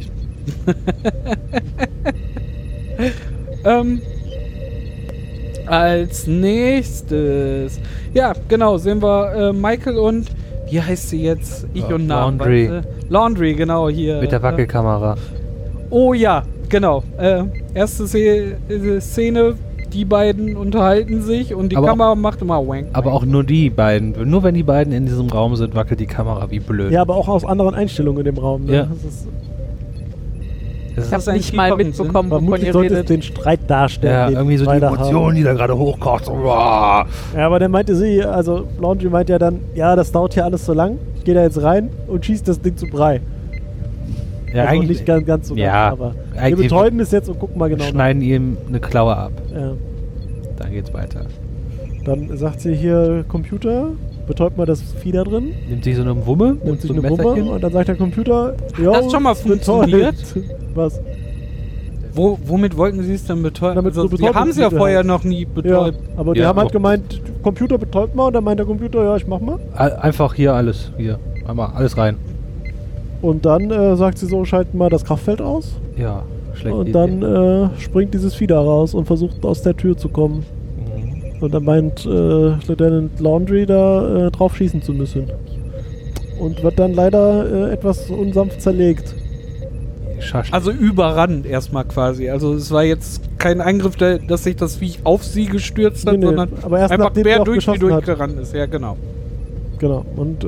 Als nächstes, ja, genau, sehen wir Michael und, wie heißt sie jetzt? Ich und Namen. Laundry. Laundry, genau, hier. Mit der Wackelkamera. Oh ja, genau. Erste Szene, die beiden unterhalten sich und die Aber Kamera macht immer wank. Aber auch nur die beiden. Nur wenn die beiden in diesem Raum sind, wackelt die Kamera wie blöd. Ja, aber auch aus anderen Einstellungen in dem Raum. Ne? Ja. Das ist, Ich Das ist habe eigentlich nicht mal die mitbekommen, wovon vermutlich ihr sollte es redet. den Streit darstellen. Ja, den irgendwie so die beide Emotion, haben. die da gerade hochkocht. So, boah. Ja, aber dann meinte sie, also Laundry meint ja dann, ja, das dauert hier alles so lang. Ich gehe da jetzt rein und schieße das Ding zu Brei. Ja, also eigentlich nicht ganz so ja, ganz, aber wir eigentlich betäuben es jetzt und gucken mal genau nach. schneiden ihm eine Klaue ab. Ja. Dann geht's weiter. Dann sagt sie hier, Computer, betäubt mal das Vieh da drin. Nimmt sich so eine Wumme Nimmt sich so ein eine Wumme Messerchen. und dann sagt der Computer, jo, Hat schon mal betäubt. funktioniert? Was? Womit wollten sie es dann betäuben? Damit Also, so wir haben sie ja Betäubungsmittel vorher haben. noch nie Ja, betäubt. aber die Ja, haben halt auch. gemeint, Computer betäubt mal und dann meint der Computer, ja, ich mach mal. Einfach hier alles. Hier. Einmal alles rein. Und dann sagt sie so, schalten mal das Kraftfeld aus. Ja, schlecht. Und dann springt dieses Vieh da raus und versucht aus der Tür zu kommen. Und dann meint Lieutenant Laundry da drauf schießen zu müssen. Und wird dann leider etwas unsanft zerlegt. Also überrannt erstmal quasi. Also es war jetzt kein Angriff, dass sich das Viech auf sie gestürzt hat, Nee, sondern aber erst einfach nachdem quer sie auch durch die geschossen hat. durchgerannt ist. Ja, genau. Genau. Und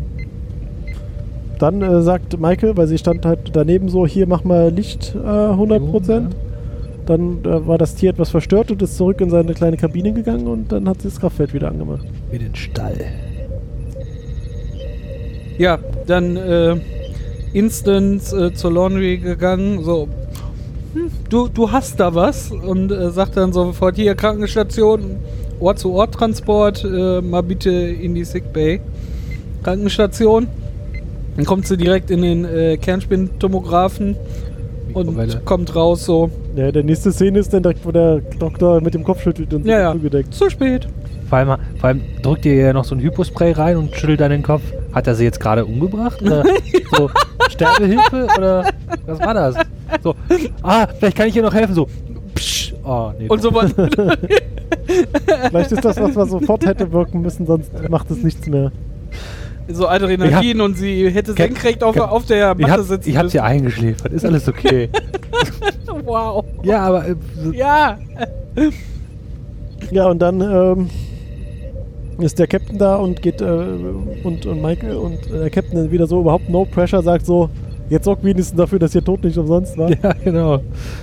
dann sagt Michael, weil sie stand halt daneben so, hier mach mal Licht 100%. Dann war das Tier etwas verstört und ist zurück in seine kleine Kabine gegangen und dann hat sie das Kraftfeld wieder angemacht. Wie den Stall. Ja, dann instant zur Laundry gegangen, so, du hast da was und sagt dann sofort, hier Krankenstation, Ort-zu-Ort-Transport, mal bitte in die Sickbay. Krankenstation. Dann kommt sie direkt in den Kernspintomographen Mikrowelle. und kommt raus so, Ja, der nächste Szene ist dann direkt, wo der Doktor mit dem Kopf schüttelt und ja, zugedeckt. zu spät. Vor allem drückt ihr ja noch so ein Hypospray rein und schüttelt dann den Kopf. Hat er sie jetzt gerade umgebracht? Oder so Sterbehilfe? Oder was war das? So, vielleicht kann ich ihr noch helfen. So, psch. Oh, nee. Und so was. Vielleicht ist das, was man sofort hätte wirken müssen, sonst macht es nichts mehr. So Adrenalin und sie hätte senkrecht auf der Matte sitzen Ich hab's ja eingeschläfert. Ist alles okay. Wow. Ja, aber Ja. Ja, und dann ist der Captain da und geht und Michael und der Captain dann wieder so überhaupt no pressure, sagt so, jetzt sorgt wenigstens dafür, dass ihr Tod nicht umsonst war. ja, genau.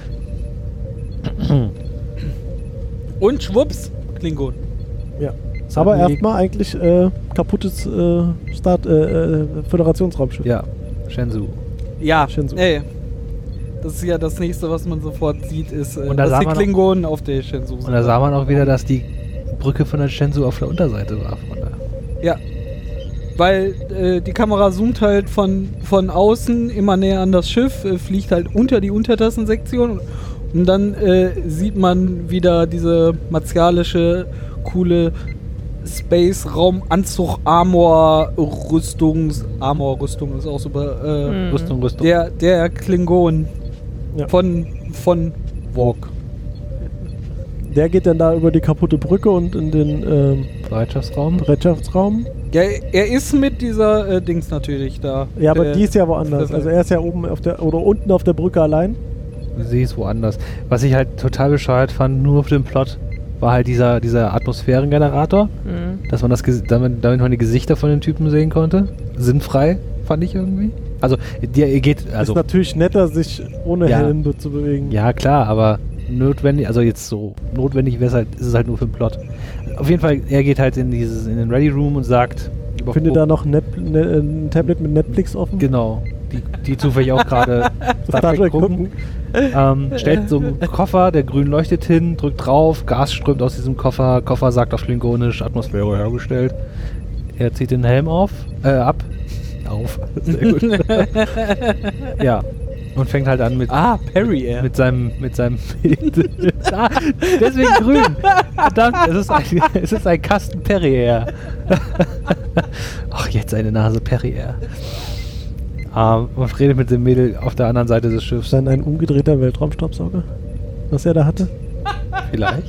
Und schwupps, Klingon. Ja. Aber erstmal eigentlich kaputtes Föderationsraumschiff. Ja, Shenzhou. Ja, Shenzhou. das ist ja das nächste, was man sofort sieht, ist, Und da dass sah die man Klingonen auf der Shenzhou sind. Und da sah man auch wieder, dass die Brücke von der Shenzhou auf der Unterseite war. Von der Ja. Weil die Kamera zoomt halt von außen immer näher an das Schiff, fliegt halt unter die Untertassensektion und dann sieht man wieder diese martialische, coole Space-Raum-Anzug, Armor-Rüstung ist auch super. Rüstung. Der Klingon Ja. von Walk. Der geht dann da über die kaputte Brücke und in den Bereitschaftsraum. Bereitschaftsraum. Ja, er ist mit dieser Dings natürlich da. Ja, aber die ist ja woanders. Also er ist ja oben oder unten auf der Brücke allein. Sie ist woanders. Was ich halt total bescheuert fand, nur auf dem Plot, war halt dieser Atmosphärengenerator, dass man damit man die Gesichter von den Typen sehen konnte. Sinnfrei, fand ich irgendwie. Also, ist natürlich netter, sich ohne Helm zu bewegen. Ja, klar, aber notwendig, also jetzt so notwendig ist es halt nur für den Plot. Auf jeden Fall, er geht halt in den Ready Room und sagt, Findet da noch ein Tablet mit Netflix offen? Genau, die zufällig auch gerade Star Trek gucken. Stellt so einen Koffer, der grün leuchtet hin, drückt drauf, Gas strömt aus diesem Koffer, Koffer sagt auf Klingonisch, Atmosphäre hergestellt. Er zieht den Helm ab. Sehr gut. Ja. Und fängt halt an mit Perry Air. mit seinem deswegen grün. Verdammt, es ist ein Kasten Perrier. Ach jetzt eine Nase Perrier. Und redet mit dem Mädel auf der anderen Seite des Schiffs. Dann ein umgedrehter Weltraumstaubsauger, was er da hatte. Vielleicht.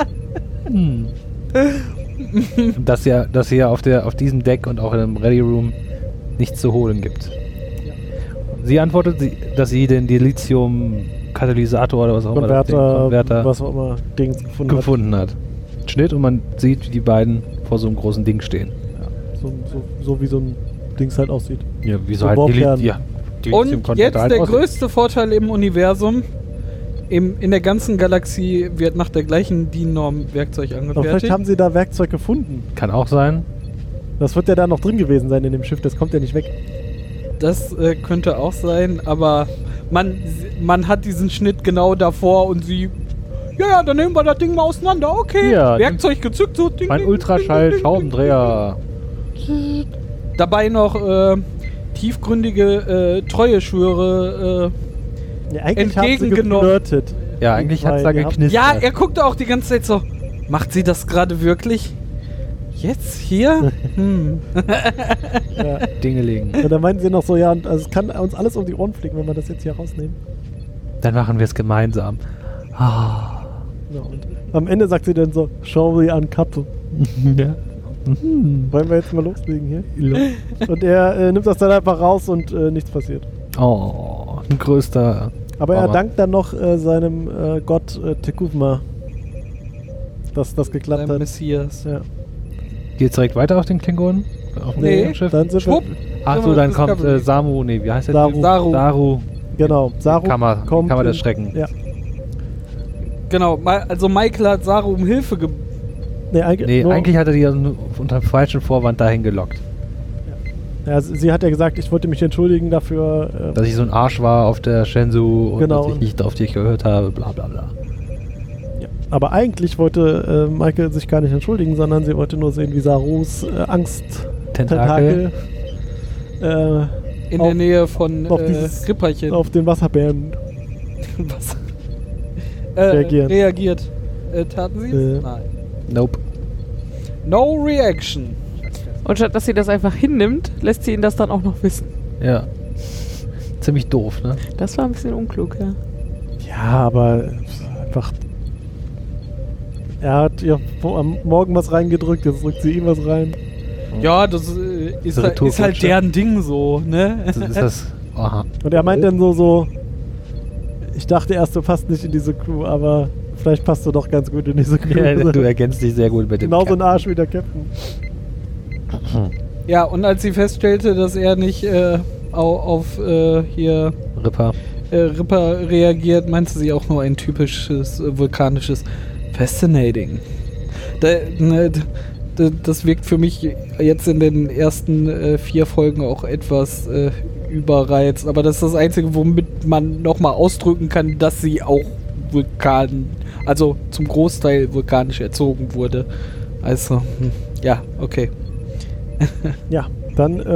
Dass hier auf diesem Deck und auch in dem Ready Room nichts zu holen gibt. Sie antwortet, dass sie den Dilithium-Katalysator oder was auch immer Konverter, was auch immer Dings gefunden hat. Schnitt und man sieht, wie die beiden vor so einem großen Ding stehen. Ja, so wie so ein Dings halt aussieht. Ja, wie so So halt Bohrkern. Und jetzt der größte Vorteil im Universum. In der ganzen Galaxie wird nach der gleichen DIN-Norm Werkzeug Aber angefertigt. vielleicht haben sie da Werkzeug gefunden. Kann auch sein. Das wird ja da noch drin gewesen sein in dem Schiff, das kommt ja nicht weg. Das könnte auch sein, aber man hat diesen Schnitt genau davor und sie... Ja, dann nehmen wir das Ding mal auseinander. Okay, Ja, Werkzeug gezückt, so Ding, Mein ding, Ultraschall-Schaumendreher. Dabei noch tiefgründige Treueschwüre. Ja, eigentlich haben sie Entgegengenommen. geflirtet. Ja, eigentlich hat es da Weil ihr habt- geknistert. Ja, er guckte auch die ganze Zeit so. Macht sie das gerade wirklich? Jetzt hier? Ja. Dingeling. Und dann meinten sie noch so, ja, und also es kann uns alles um die Ohren fliegen, wenn wir das jetzt hier rausnehmen. Dann machen wir es gemeinsam. Ah. Ja, und am Ende sagt sie dann so, shall we uncouple? Ja. Wollen wir jetzt mal loslegen hier? Und er nimmt das dann einfach raus und nichts passiert. Oh, ein größter. Aber er Mama. dankt dann noch seinem Gott Tekuvma, dass das geklappt Sein hat. Messias. Ja. Geht's direkt weiter auf den Klingonen? Auf dem Nee, Schiff? Dann sind Schwupp. Ach so, dann kommt Discovery. Samu, nee, wie heißt der? Saru. Typ? Saru. Saru. Genau, Saru Kammer kommt des in- Schrecken. Ja. Genau, also Michael hat Saru um Hilfe Nee, eigentlich, Nee, nur, eigentlich hat er die unter dem falschen Vorwand dahin gelockt. ja, sie hat ja gesagt, ich wollte mich entschuldigen dafür. Dass ich so ein Arsch war auf der Shenzhou und Genau. dass ich nicht auf dich gehört habe, bla bla bla. Ja. Aber eigentlich wollte Michael sich gar nicht entschuldigen, sondern sie wollte nur sehen, wie Sarus Tentakel. Tentakel in Auf- der Nähe von auf dieses- Ripperchen auf den Wasserbären. was, reagiert. Taten sie Äh. Nein. Nope. No reaction. Und statt dass sie das einfach hinnimmt, lässt sie ihn das dann auch noch wissen. Ja. Ziemlich doof, ne? Das war ein bisschen unklug, ja. Ja, aber einfach. Er hat ihr am Morgen was reingedrückt, jetzt drückt sie ihm was rein. Ja, das ist halt Retourkutsche. deren Ding so, ne? Das ist das. Aha. Und er meint dann so, ich dachte erst, du passt nicht in diese Crew, aber vielleicht passt du doch ganz gut in diese Crew. Ja, du ergänzt dich sehr gut mit dem. Genauso ein Arsch wie der Captain. Ja, und als sie feststellte, dass er nicht auf hier Ripper. Ripper reagiert, meinte sie auch nur ein typisches vulkanisches Fascinating. Das wirkt für mich jetzt in den ersten 4 Folgen auch etwas überreizt. Aber das ist das Einzige, womit man nochmal ausdrücken kann, dass sie auch also zum Großteil vulkanisch erzogen wurde. Also, ja, okay. Ja, dann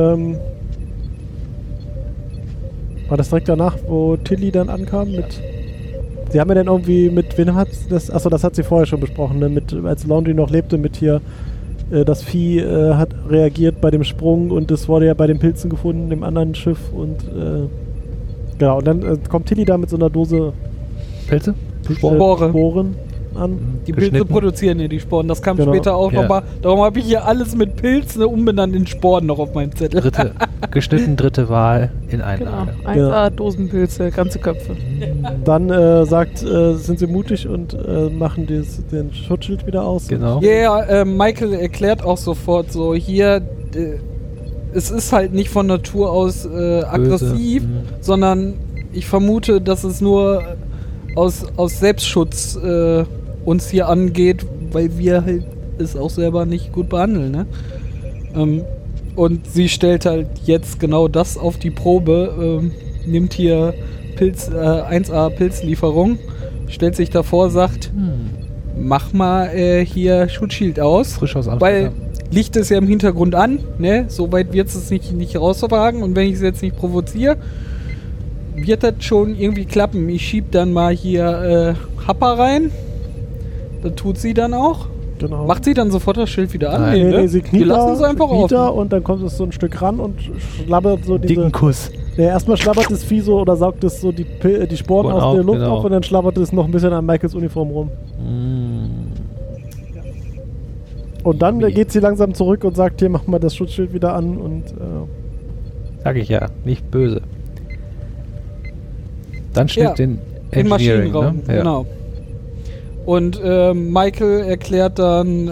war das direkt danach, wo Tilly dann ankam mit. Sie haben ja dann irgendwie mit, wen hat das? Achso, das hat sie vorher schon besprochen, ne? Als Laundry noch lebte, mit hier, das Vieh hat reagiert bei dem Sprung und es wurde ja bei den Pilzen gefunden, im anderen Schiff und genau, und dann kommt Tilly da mit so einer Dose Pilze? Sporen an. Die Pilze Geschnitten. produzieren ja die Sporen. Das kam Genau. später auch Ja. nochmal. Darum habe ich hier alles mit Pilzen umbenannt in Sporen noch auf meinem Zettel. Geschnitten dritte Wahl in Genau. Einlage. 1A Dosenpilze, ganze Köpfe. Dann sind sie mutig und machen den Schutzschild wieder aus. Genau. Ja, Michael erklärt auch sofort so, hier, es ist halt nicht von Natur aus aggressiv, Mhm. sondern ich vermute, dass es nur aus Selbstschutz uns hier angeht, weil wir halt es auch selber nicht gut behandeln, ne? Und sie stellt halt jetzt genau das auf die Probe, nimmt hier 1A Pilzlieferung, stellt sich davor, sagt, mach mal hier Schutzschild aus. Frisch aus Amsterdam. Weil Licht ist ja im Hintergrund an, ne? Soweit wird es nicht rauswagen und wenn ich es jetzt nicht provoziere, wird das schon irgendwie klappen. Ich schieb dann mal hier Happer rein. Das tut sie dann auch. Genau. Macht sie dann sofort das Schild wieder an? Nein. ne? sie Die kniet lassen es einfach auf. da und dann kommt es so ein Stück ran und schlabbert so diese... Dicken Kuss. Ja, erstmal schlabbert das Vieh so oder saugt es so die Sporen Und aus auch, der Luft genau. auf und dann schlabbert es noch ein bisschen an Michaels Uniform rum. Und dann geht sie langsam zurück und sagt, hier, mach mal das Schutzschild wieder an und Sag ich ja, nicht böse. Dann steht Ja, den Im Engineering, Maschinenraum, ne? Ja. genau. Und Michael erklärt dann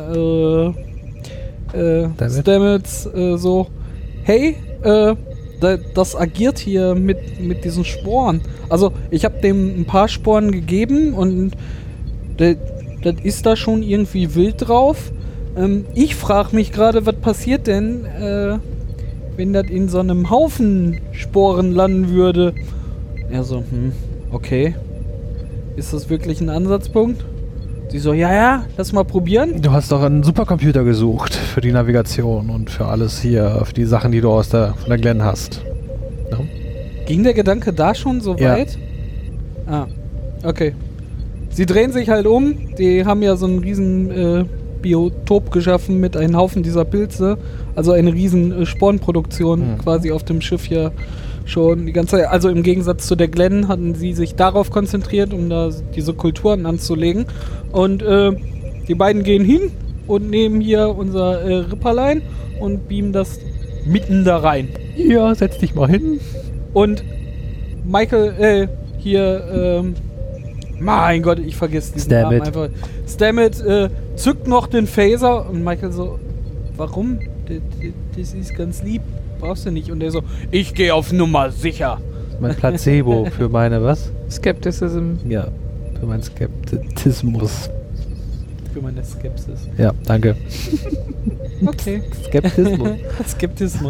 Stamets so, hey, das agiert hier mit diesen Sporen. Also ich habe dem ein paar Sporen gegeben und das ist da schon irgendwie wild drauf. Ich frage mich gerade, was passiert denn, wenn das in so einem Haufen Sporen landen würde. Er so, okay. Ist das wirklich ein Ansatzpunkt? Sie so, ja, lass mal probieren. Du hast doch einen Supercomputer gesucht für die Navigation und für alles hier, für die Sachen, die du von der Glenn hast. Ja? Ging der Gedanke da schon so Ja. weit? Ah, okay. Sie drehen sich halt um. Die haben ja so einen riesen Biotop geschaffen mit einem Haufen dieser Pilze. Also eine riesen Spornproduktion quasi auf dem Schiff hier schon die ganze Zeit. Also im Gegensatz zu der Glenn hatten sie sich darauf konzentriert, um da diese Kulturen anzulegen. Und die beiden gehen hin und nehmen hier unser Ripperlein und beamen das mitten da rein. Ja, setz dich mal hin. Und Michael, mein Gott, ich vergesse diesen Namen einfach. Stammet zückt noch den Phaser und Michael so, warum? Das ist ganz lieb, brauchst du nicht. Und er so, ich gehe auf Nummer sicher. Mein Placebo für meine, was? Skepticism. Ja, für meinen Skeptismus. Für meine Skepsis. Ja, danke. Okay. Skeptismus. Skeptismus.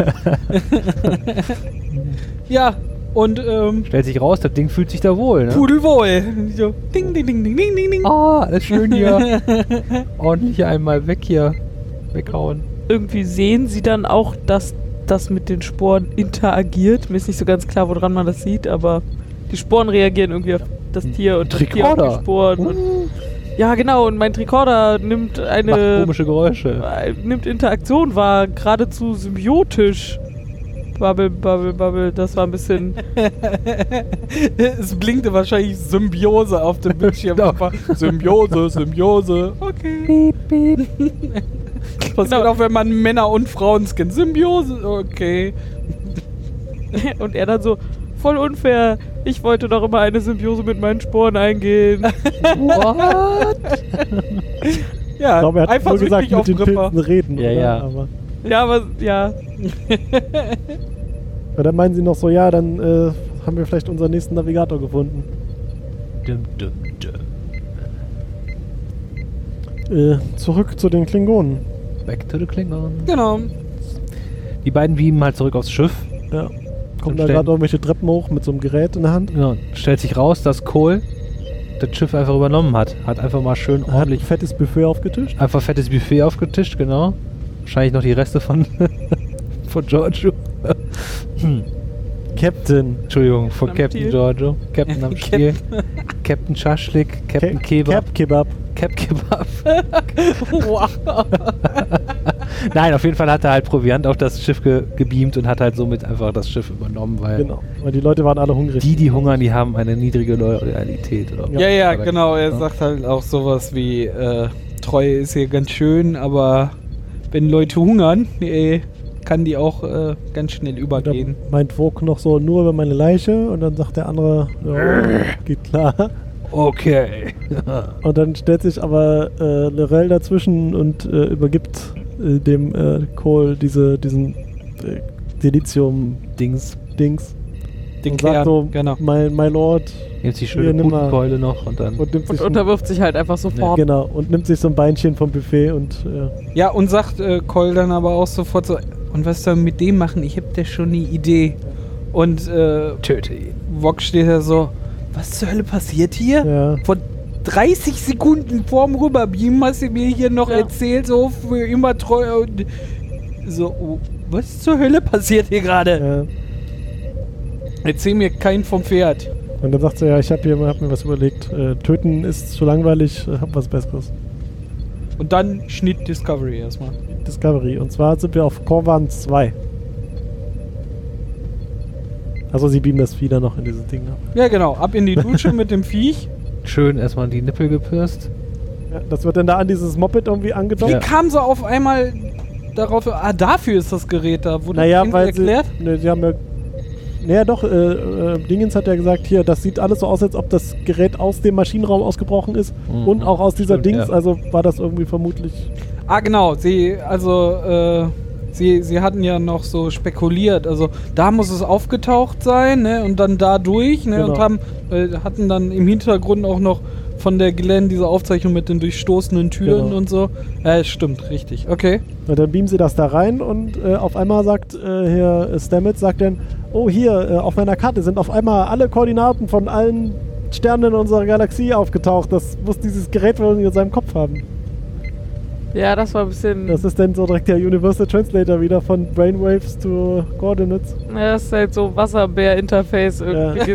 Ja, und Stellt sich raus, das Ding fühlt sich da wohl, ne? pudelwohl. So, ding, ding, ding, ding, ding, ding, ding. Ah, alles schön hier. Ordentlich einmal weghauen. Irgendwie sehen sie dann auch, dass das mit den Sporen interagiert. Mir ist nicht so ganz klar, woran man das sieht, aber die Sporen reagieren irgendwie auf das Tier und das Tier auf die Sporen. Und ja, genau, und mein Tricorder nimmt Macht komische Geräusche. nimmt Interaktion wahr, geradezu symbiotisch. Bubble, das war ein bisschen... Es blinkte wahrscheinlich Symbiose auf dem Bildschirm. Genau. Einfach Symbiose. Okay. Passiert auch, wenn man Männer und Frauen scannt. Symbiose, okay. Und er dann so, voll unfair, ich wollte doch immer eine Symbiose mit meinen Sporen eingehen. What? Ja, ich glaube, er hat einfach nur gesagt, wirklich auf mit den Ripper. Pilzen reden. Ja, oder? ja. Aber Ja, aber, ja. ja, dann meinen sie noch so, ja, dann haben wir vielleicht unseren nächsten Navigator gefunden. Zurück zu den Klingonen. Back to the Klingon. Genau. Die beiden beamen halt zurück aufs Schiff. Ja. Kommen Und da stellen- gerade irgendwelche Treppen hoch mit so einem Gerät in der Hand. Ja, stellt sich raus, dass Cole das Schiff einfach übernommen hat. Hat einfach mal schön Hat ein ordentlich, fettes Buffet aufgetischt. einfach fettes Buffet aufgetischt, genau. Wahrscheinlich noch die Reste von Giorgio. Captain. Entschuldigung, von am Captain Stiel. Giorgio. Captain am Stiel. Captain Schaschlik. Captain Kebab. Cap Kebab. Cap Kebab. Wow. Nein, auf jeden Fall hat er halt Proviant auf das Schiff gebeamt und hat halt somit einfach das Schiff übernommen, weil Genau. Weil die Leute waren alle hungrig. die hungern, die haben eine niedrige Loyalität. Oder? Ja, Oder- genau. Er Ja. sagt halt auch sowas wie, Treue ist hier ganz schön, aber wenn Leute hungern, kann die auch ganz schnell Und übergehen. dann meint Vogue noch so, nur über meine Leiche. Und dann sagt der andere, ja, geht klar. Okay. Und dann stellt sich aber Lorel dazwischen und übergibt dem Cole diesen Silizium-Dings. Dings. Den Und sagt Kern, so, genau. my Lord. Jetzt die Hier, schöne nimm mal. Putenkeule noch und dann. Und nimmt Und sich unterwirft sich halt einfach sofort. genau, und nimmt sich so ein Beinchen vom Buffet und Ja, und sagt Cole dann aber auch sofort so, und was soll mit dem machen? Ich hab da schon eine Idee. Und Töte ihn. Vogue steht da so, was zur Hölle passiert hier? ja. Vor 30 Sekunden vorm Rüberbeamen hast du mir hier noch erzählt, so für immer treu. Und so, oh, was zur Hölle passiert hier gerade? Erzähl mir keinen vom Pferd. Und dann sagt sie, ja, hab mir was überlegt. Töten ist zu langweilig, hab was Besseres. Und dann Schnitt Discovery erstmal. Discovery. Und zwar sind wir auf Korvan 2. Also sie beamen das Vieh dann noch in dieses Ding ab. Ja, genau. Ab in die Dusche mit dem Viech. Schön erstmal die Nippel gepirst. Ja, das wird dann da an dieses Moped irgendwie angedockt. Wie kam so auf einmal darauf, dafür ist das Gerät da? Wurde Naja, das weil erklärt? sie haben ja... Naja doch, Dingens hat ja gesagt, hier, das sieht alles so aus, als ob das Gerät aus dem Maschinenraum ausgebrochen ist und auch aus dieser Stimmt, Dings, ja. also war das irgendwie vermutlich... Genau. Sie hatten ja noch so spekuliert, also da muss es aufgetaucht sein, ne, und dann da durch, ne, Genau. und hatten dann im Hintergrund auch noch von der Glenn diese Aufzeichnung mit den durchstoßenen Türen Genau. und so. Stimmt, richtig. Okay. Und dann beamen sie das da rein und auf einmal sagt Herr Stamets, sagt dann, oh hier, auf meiner Karte sind auf einmal alle Koordinaten von allen Sternen in unserer Galaxie aufgetaucht. Das muss dieses Gerät wohl in seinem Kopf haben. Ja, das war ein bisschen. Das ist dann so direkt der Universal Translator wieder von Brainwaves to Coordinates. Ja, das ist halt so Wasserbär-Interface irgendwie.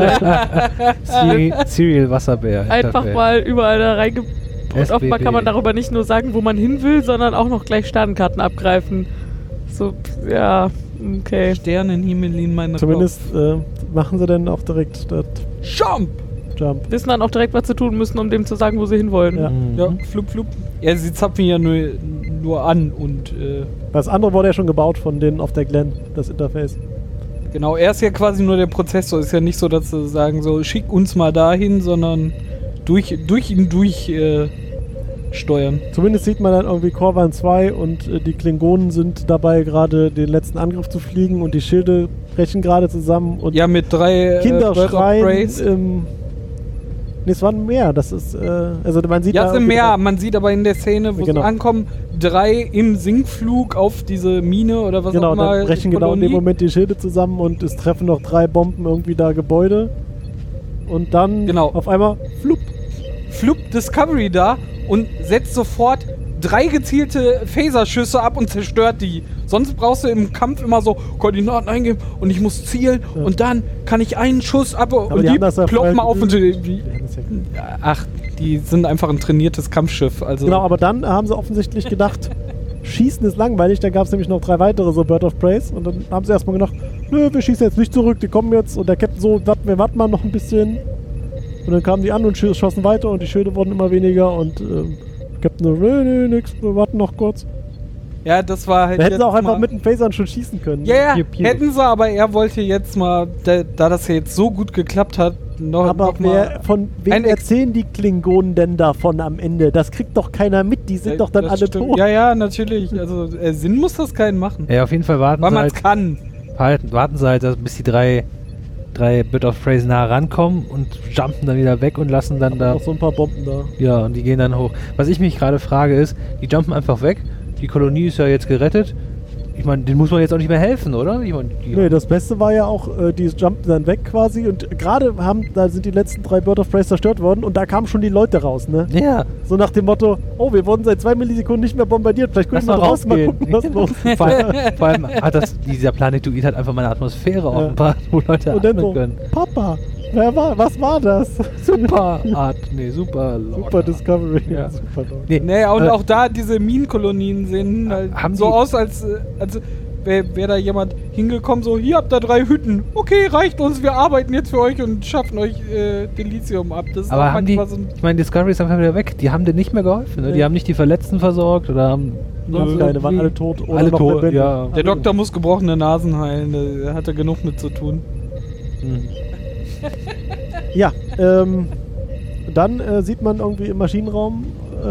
Serial Wasserbär. Einfach Interface. mal überall da reinge... Und SBB. offenbar kann man darüber nicht nur sagen, wo man hin will, sondern auch noch gleich Sternenkarten abgreifen. So, ja, okay. Sternenhimmel in meiner Zumindest machen sie dann auch direkt das Jump! Jump. Wissen dann auch direkt, was sie tun müssen, um dem zu sagen, wo sie hinwollen. Ja. Ja, flup, flup. Ja, sie zapfen ja nur an und Das andere wurde ja schon gebaut von denen auf der Glenn, das Interface. genau, er ist ja quasi nur der Prozessor. Ist ja nicht so, dass sie sagen, so schick uns mal dahin, sondern durch ihn steuern. Zumindest sieht man dann irgendwie Korvan 2 und die Klingonen sind dabei gerade den letzten Angriff zu fliegen und die Schilde brechen gerade zusammen und Ja, mit 3 Kinder Bird of schreien. Praise. Nee, es waren mehr. Das ist, also man sieht Ja, da es sind irgendwie mehr. Man sieht aber in der Szene, wo Genau. sie ankommen, 3 im Sinkflug auf diese Mine oder was Genau, auch immer. dann brechen genau in dem Moment die Schilde zusammen und es treffen noch 3 Bomben irgendwie da Gebäude. Und dann Genau. auf einmal flupp. Flup Discovery da und setzt sofort 3 gezielte Phaserschüsse ab und zerstört die. Sonst brauchst du im Kampf immer so Koordinaten eingeben und ich muss zielen Ja. und dann kann ich einen Schuss ab und die die haben das ja ploppen vorher auf und geübt. die, Die haben das ja ach, die sind einfach ein trainiertes Kampfschiff. Also Genau, aber dann haben sie offensichtlich gedacht, Schießen ist langweilig. Dann gab es nämlich noch 3 weitere so Bird of Praise. Und dann haben sie erstmal gedacht, nö, wir schießen jetzt nicht zurück, die kommen jetzt. Und der Captain so, wir warten mal noch ein bisschen. Und dann kamen die an und schossen weiter und die Schilde wurden immer weniger. Und Captain so, nö, nix, wir warten noch kurz. ja, das war halt Da hätten sie auch jetzt einfach mal- mit den Phasern schon schießen können. Ja, Piu, piu. hätten sie, aber er wollte jetzt mal, da das ja jetzt so gut geklappt hat, Aber noch mal wem ein Ex- erzählen die Klingonen denn davon am Ende? Das kriegt doch keiner mit, die sind doch dann das alle stimmt. tot. Ja, ja, natürlich. Also Sinn muss das keinen machen. Ja, auf jeden Fall warten Weil sie man halt, es kann. warten sie halt, bis die drei Bit of Praise nah rankommen und jumpen dann wieder weg und lassen dann da. Noch so ein paar Bomben da. Ja, und die gehen dann hoch. Was ich mich gerade frage ist, die jumpen einfach weg. Die Kolonie ist ja jetzt gerettet. Ich meine, denen muss man jetzt auch nicht mehr helfen, oder? Ich mein, die Nee, das Beste war ja auch, die jumpen dann weg quasi und gerade da sind die letzten 3 Bird of Praise zerstört worden und da kamen schon die Leute raus, ne? ja, So nach dem Motto, oh, wir wurden seit 2 Millisekunden nicht mehr bombardiert, vielleicht können lass wir mal draußen mal rausgehen. gucken, was los ist. vor allem hat dieser Planetoid hat einfach mal eine Atmosphäre offenbart, wo Leute Und dann atmen so, können. Papa, was war das? Super Super Discovery. Ja. Super Lord. Nee, Nee, und auch da diese Minenkolonien sehen halt haben so die- aus, als wäre da jemand hingekommen, so, hier habt ihr 3 Hütten. Okay, reicht uns, wir arbeiten jetzt für euch und schaffen euch Dilithium ab. Das ist aber auch haben die, manchmal so ein ich meine, Discovery ist einfach wieder weg. Die haben denen nicht mehr geholfen. Ne? Nee. Die haben nicht die Verletzten versorgt oder haben. Sonst keine, waren alle tot oder Alle noch tot, lebendig. ja. Der Doktor muss gebrochene Nasen heilen, da hat er genug mit zu tun. Hm. Ja, dann sieht man irgendwie im Maschinenraum,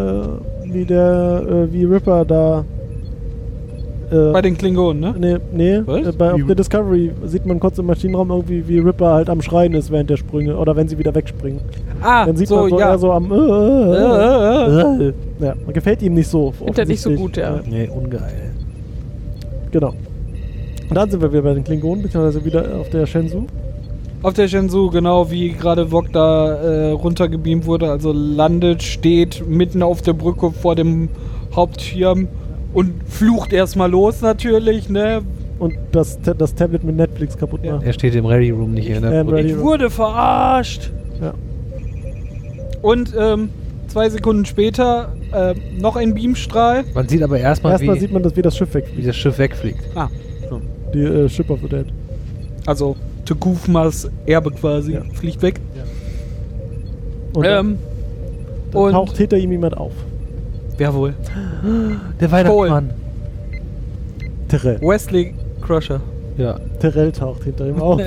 wie Ripper da. Bei den Klingonen, ne? Nee, Was? auf der Discovery sieht man kurz im Maschinenraum irgendwie, wie Ripper halt am Schreien ist während der Sprünge oder wenn sie wieder wegspringen. Ah, Dann sieht so, man so ja. eher so am. Ja, gefällt ihm nicht so. Findet er nicht so gut, ja. Nee, ungeil. Genau. Und dann sind wir wieder bei den Klingonen, beziehungsweise wieder auf der Shenzhou. Auf der Shenzhou, genau wie gerade Wok da runtergebeamt wurde, also landet, steht mitten auf der Brücke vor dem Hauptschirm und flucht erstmal los natürlich, ne? Und das Tablet mit Netflix kaputt Ja. macht. Er steht im Ready Room nicht in der Ready Ich Room. wurde verarscht! Ja. Und 2 Sekunden später noch ein Beamstrahl. Man sieht aber erstmal, Sieht man, wie das Schiff wie wegfliegt. das Schiff wegfliegt. Die Ship of the Dead. Also Tekufmas Erbe quasi. Ja. Fliegt weg. Und dann und taucht hinter ihm jemand auf. wer wohl? Der Weihnachtsmann. Terrell. Wesley Crusher. Ja. Terrell taucht hinter ihm auf.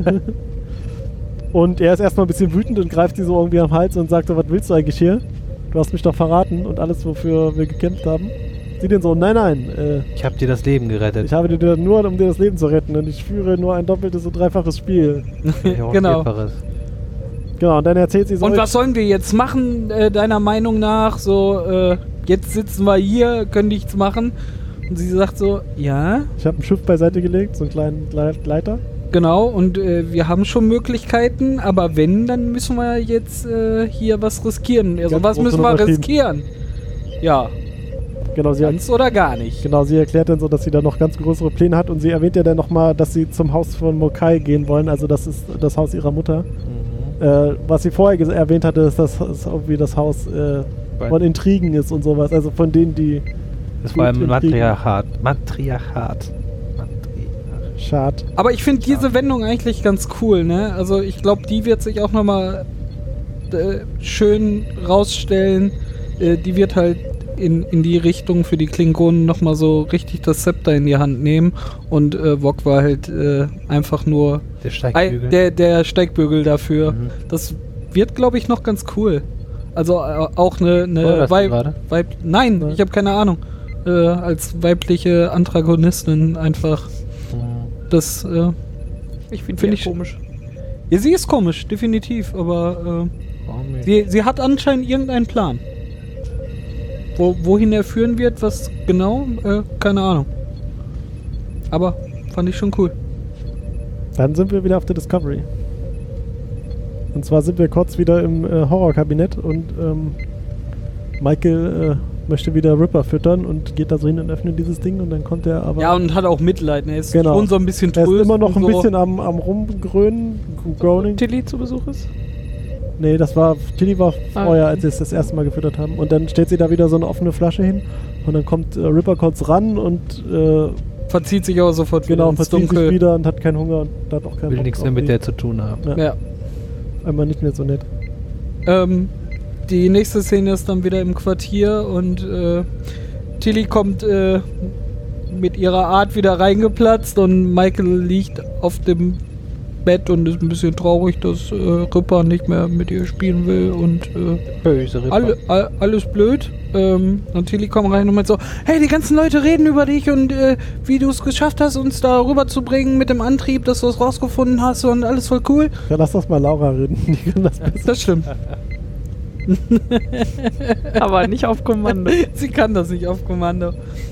Und er ist erstmal ein bisschen wütend und greift sie so irgendwie am Hals und sagt so, was willst du eigentlich hier? Du hast mich doch verraten und alles, wofür wir gekämpft haben. Sie den so, nein, Ich habe dir das Leben gerettet. ich habe dir nur, um dir das Leben zu retten und ich führe nur ein doppeltes und dreifaches Spiel. Ja, auch ein Genau. Vierfaches. Genau, und dann erzählt sie so... Und was sollen wir jetzt machen, deiner Meinung nach? So, jetzt sitzen wir hier, können nichts machen. Und sie sagt so, ja, Ich habe ein Schiff beiseite gelegt, so einen kleinen Gleiter. genau. Und wir haben schon Möglichkeiten, aber wenn, dann müssen wir jetzt hier was riskieren. Also, Ganz was große müssen wir Nummer schieben. riskieren? Ja, Genau, ganz oder gar nicht. Genau, sie erklärt dann so, dass sie da noch ganz größere Pläne hat und sie erwähnt ja dann nochmal, dass sie zum Haus von Mokai gehen wollen, also das ist das Haus ihrer Mutter. Was sie vorher erwähnt hatte, ist, dass es irgendwie das Haus von Intrigen ist und sowas, also von denen, die... Das war gut ein Intrigen- Matriarchat. Schad. Aber ich finde diese Wendung eigentlich ganz cool, ne? Also ich glaube, die wird sich auch nochmal schön rausstellen. Die wird halt in die Richtung für die Klingonen nochmal so richtig das Zepter in die Hand nehmen. Und Wok war halt einfach nur Der Steigbügel. der Steigbügel dafür. Mhm. Das wird, glaube ich, noch ganz cool. Also auch eine Feuerst du gerade? Nein, Nein. ich habe keine Ahnung. Als weibliche Antagonistin einfach das Ich finde Find die ich- komisch. ja, sie ist komisch, definitiv, aber Warum nicht? sie hat anscheinend irgendeinen Plan. Wohin er führen wird, was genau, keine Ahnung. Aber fand ich schon cool. Dann sind wir wieder auf der Discovery. Und zwar sind wir kurz wieder im Horrorkabinett und Michael möchte wieder Ripper füttern und geht da so hin und öffnet dieses Ding und dann kommt er aber... Ja, und hat auch Mitleid, ne? Er ist Genau. schon so ein bisschen er ist tröstend immer noch ein und so. bisschen am rumgrönen, groaning. Tilly zu Besuch ist? Nee, Tilly war Ah. vorher, als sie es das erste Mal gefüttert haben. Und dann stellt sie da wieder so eine offene Flasche hin und dann kommt Ripper kurz ran und Verzieht sich aber sofort genau, wieder ins verzieht sich Dunkel. wieder und hat keinen Hunger und hat auch keinen Will Bock nichts auf mehr mit die. der zu tun haben. Ja. Einmal nicht mehr so nett. Die nächste Szene ist dann wieder im Quartier und Tilly kommt mit ihrer Art wieder reingeplatzt und Michael liegt auf dem Bett und ist ein bisschen traurig, dass Ripper nicht mehr mit ihr spielen will und Böse Ripper. alles blöd. Und Tilly kommt rein und meint so, hey, die ganzen Leute reden über dich und wie du es geschafft hast, uns da rüber zu bringen mit dem Antrieb, dass du es rausgefunden hast und alles voll cool. Ja, lass das mal Laura reden. Die kann das besser. Das stimmt. Aber nicht auf Kommando. Sie kann das nicht auf Kommando.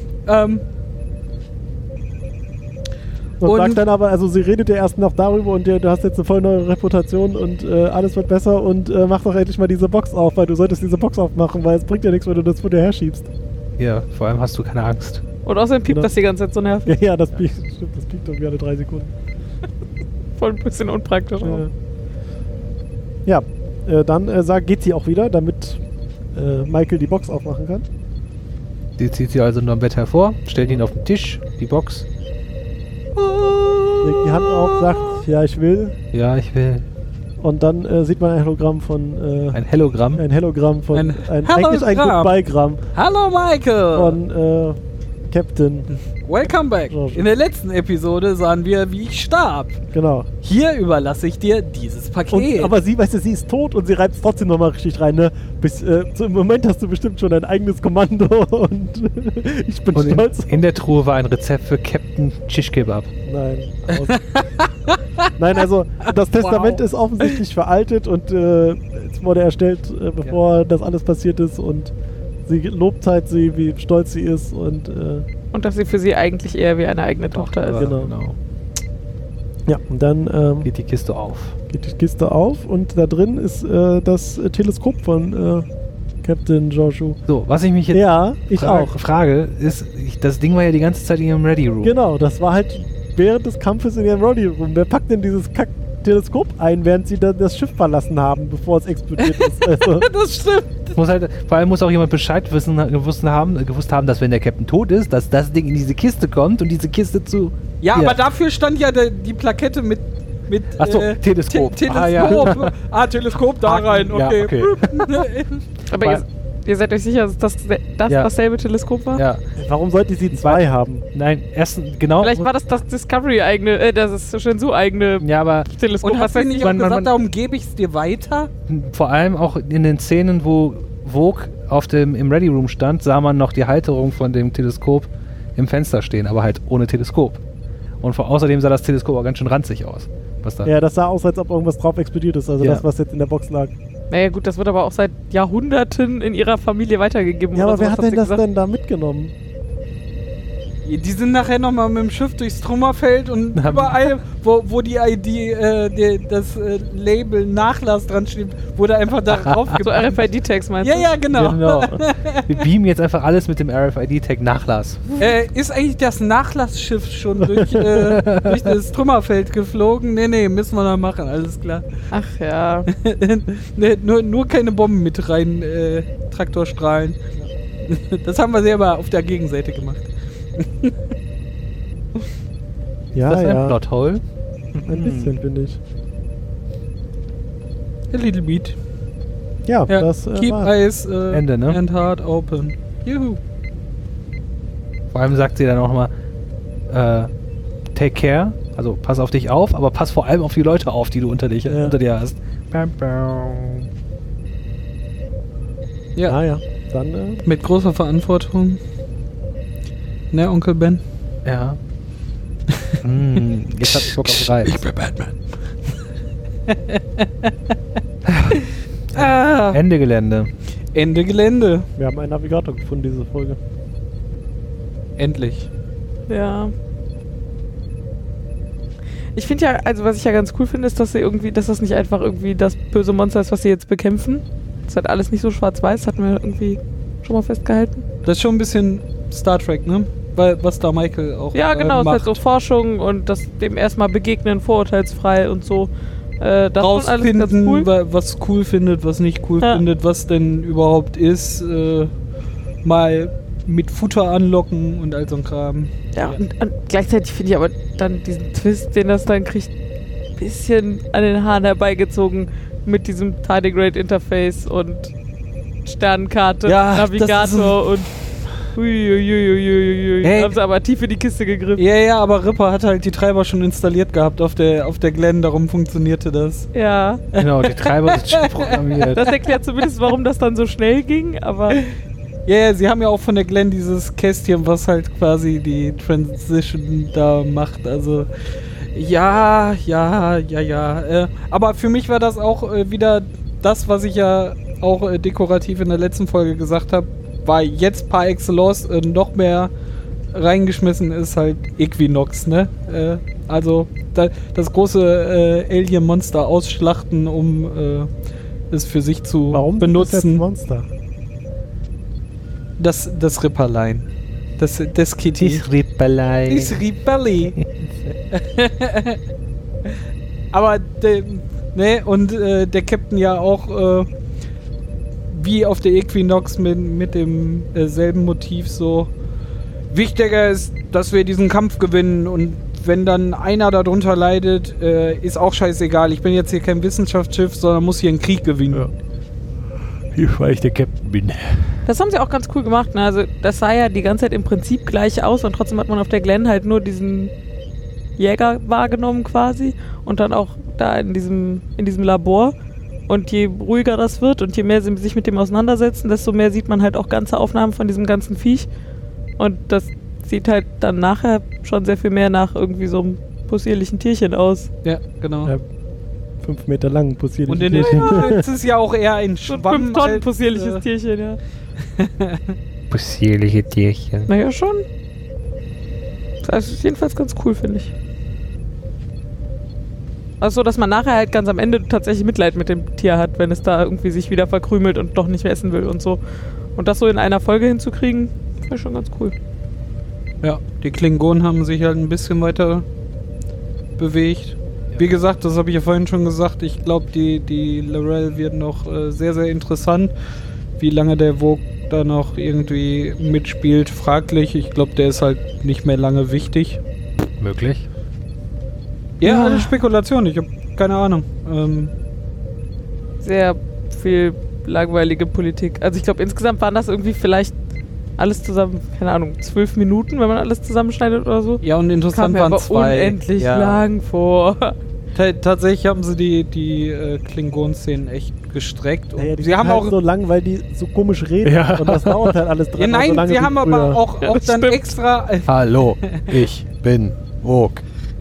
Und Und- sagt dann aber, also sie redet ja erst noch darüber und du hast jetzt eine voll neue Reputation und alles wird besser und mach doch endlich mal diese Box auf, weil du solltest diese Box aufmachen, weil es bringt ja nichts, wenn du das vor dir herschiebst. Ja, vor allem hast du keine Angst. Und außerdem piept Genau. das die ganze Zeit so nervig. Ja, das piekt, stimmt, das piekt irgendwie alle 3 Sekunden. Voll ein bisschen unpraktisch. auch. Ja, dann geht sie auch wieder, damit Michael die Box aufmachen kann. Die zieht sie also nur am Bett hervor, stellt ihn auf den Tisch, die Box. Legt die Hand auf, sagt, ja, ich will. Ja, ich will. Und dann sieht man ein Hologramm von... Ein Hologramm. ein Hologramm von... Ein eigentlich ein Hologramm. Goodbye-Gramm Hallo Michael! von Captain. Welcome back! George. In der letzten Episode sahen wir, wie ich starb. Genau. Hier überlasse ich dir dieses Paket. Aber sie, weißt du, sie ist tot und sie reibt es trotzdem nochmal richtig rein, ne? So im Moment hast du bestimmt schon ein eigenes Kommando und ich bin Und stolz. in der Truhe war ein Rezept für Captain Shish Kebab. Nein. Nein, also das Testament ist offensichtlich veraltet und es wurde erstellt, bevor das alles passiert ist und sie lobt halt sie, wie stolz sie ist und Und dass sie für sie eigentlich eher wie eine eigene Tochter ist. Genau. ja, und dann Geht die Kiste auf. geht die Kiste auf und da drin ist das Teleskop von Captain Georgiou. So, was ich mich jetzt Ja, ich auch. frage, ist, das Ding war ja die ganze Zeit in ihrem Ready Room. Genau, das war halt während des Kampfes in ihrem Ready Room. Wer packt denn dieses Teleskop ein, während sie dann das Schiff verlassen haben, bevor es explodiert ist. Also, Das stimmt. Vor allem muss auch jemand Bescheid gewusst haben, dass wenn der Captain tot ist, dass das Ding in diese Kiste kommt und diese Kiste zu... Ja, aber dafür stand ja die Plakette mit Achso, Teleskop. Teleskop. Teleskop da rein, Ja, okay. okay. Aber ihr seid euch sicher, dass das dasselbe Teleskop war? Ja. warum sollte sie 2 haben? Nein, erstens, genau. Vielleicht war das Discovery-eigene, das Shenzhou-eigene Ja, aber Teleskop. Und hast du nicht auch man- gesagt, man- darum gebe ich es dir weiter? vor allem auch in den Szenen, wo Vogue im Ready Room stand, sah man noch die Halterung von dem Teleskop im Fenster stehen, aber halt ohne Teleskop. Und außerdem sah das Teleskop auch ganz schön ranzig aus. Was da Ja, das sah aus, als ob irgendwas drauf explodiert ist. Also Ja. das, was jetzt in der Box lag. Naja gut, das wird aber auch seit Jahrhunderten in ihrer Familie weitergegeben. Ja, oder aber wer sowas, hat sie denn das gesagt. denn da mitgenommen? Die sind nachher nochmal mit dem Schiff durchs Trümmerfeld und überall, wo die ID, das Label Nachlass dran steht, wurde einfach darauf So RFID-Tags meinst du? Ja, genau. Genau. Wir beamen jetzt einfach alles mit dem RFID-Tag Nachlass. Ist eigentlich das Nachlassschiff schon durch das Trümmerfeld geflogen? Nee, müssen wir noch machen, alles klar. Ach ja. Nee, nur keine Bomben mit rein, Traktorstrahlen. Das haben wir selber auf der Gegenseite gemacht. Ja, ist das ein ja. Plothole? Ein bisschen, finde ich. A little bit. Ja, Ja, das keep war. eyes Ende, ne? and heart open. Juhu. Vor allem sagt sie dann auch mal, take care, also pass auf dich auf, aber pass vor allem auf die Leute auf, die du unter dir hast. Bam, bam. Ja, Ah ja, dann mit großer Verantwortung. Ne, Onkel Ben? Ja. Jetzt hab ich Bock auf Reis. bin Batman. Ende Gelände. Ende Gelände. wir haben einen Navigator gefunden, diese Folge. Endlich. Ja. Ich finde ja, also was ich ja ganz cool finde, ist, dass das nicht einfach irgendwie das böse Monster ist, was sie jetzt bekämpfen. Das ist halt alles nicht so schwarz-weiß, hatten wir irgendwie schon mal festgehalten. Das ist schon ein bisschen Star Trek, ne? Weil, was da Michael auch Ja, genau, es ist macht. halt so Forschung und das dem erstmal begegnen, vorurteilsfrei und so. Das ist alles ganz rausfinden, cool. was cool findet, was nicht cool Ja. findet, was denn überhaupt ist. Mal mit Futter anlocken und all so ein Kram. Ja, und gleichzeitig finde ich aber dann diesen Twist, den das dann kriegt, ein bisschen an den Haaren herbeigezogen mit diesem Tardigrade Interface und Sternenkarte, Ja, Navigator das ist so- und huiuiuiuiui. Hey. Haben sie aber tief in die Kiste gegriffen. Ja, aber Ripper hat halt die Treiber schon installiert gehabt auf der Glenn, darum funktionierte das. Ja, Genau, die Treiber sind schon programmiert. das erklärt zumindest, warum das dann so schnell ging, aber Ja, sie haben ja auch von der Glenn dieses Kästchen, was halt quasi die Transition da macht. Also, ja. Aber für mich war das auch wieder das, was ich ja auch dekorativ in der letzten Folge gesagt habe, war jetzt par excellence noch mehr reingeschmissen ist halt Equinox, ne? Also das große Alien-Monster ausschlachten, um es für sich zu Warum sind das jetzt benutzen. Monster? Das Ripperlein. Das Kitty. Das Rippelei. Das Ripperli. Aber der Captain ja auch wie auf der Equinox mit dem selben Motiv so. Wichtiger ist, dass wir diesen Kampf gewinnen und wenn dann einer darunter leidet, ist auch scheißegal. Ich bin jetzt hier kein Wissenschaftsschiff, sondern muss hier einen Krieg gewinnen. Ja. Hier, weil ich der Captain bin. das haben sie auch ganz cool gemacht. Ne? Also das sah ja die ganze Zeit im Prinzip gleich aus und trotzdem hat man auf der Glenn halt nur diesen Jäger wahrgenommen quasi und dann auch da in diesem Labor. Und je ruhiger das wird und je mehr sie sich mit dem auseinandersetzen, desto mehr sieht man halt auch ganze Aufnahmen von diesem ganzen Viech. Und das sieht halt dann nachher schon sehr viel mehr nach irgendwie so einem possierlichen Tierchen aus. Ja, genau. Ja, 5 Meter lang possierlich. Und in den ist es ja auch eher ein So ein Schwamm. 5 Tonnen als, possierliches Tierchen, ja. Possierliche Tierchen. Naja, schon. Das ist jedenfalls ganz cool, finde ich. Also, dass man nachher halt ganz am Ende tatsächlich Mitleid mit dem Tier hat, wenn es da irgendwie sich wieder verkrümelt und doch nicht mehr essen will und so. Und das so in einer Folge hinzukriegen, wäre schon ganz cool. Ja, die Klingonen haben sich halt ein bisschen weiter bewegt. Wie gesagt, das habe ich ja vorhin schon gesagt, ich glaube, die L'Rell wird noch sehr, sehr interessant. Wie lange der Vogue da noch irgendwie mitspielt, fraglich. Ich glaube, der ist halt nicht mehr lange wichtig. Möglich. Ja, alles Spekulation, ich habe keine Ahnung. Sehr viel langweilige Politik. Also ich glaube, insgesamt waren das irgendwie vielleicht alles zusammen, keine Ahnung, 12 Minuten, wenn man alles zusammenschneidet oder so. Ja, und interessant Kam mir waren aber 2. unendlich lang vor. Tatsächlich haben sie die Klingon-Szenen echt gestreckt. Und Naja, die sie sind haben halt auch so lang, weil die so komisch reden. Ja. Und das dauert halt alles dran. ja, nein, so lange sie wie haben früher. aber auch das dann stimmt. extra. Hallo, ich bin Vogue.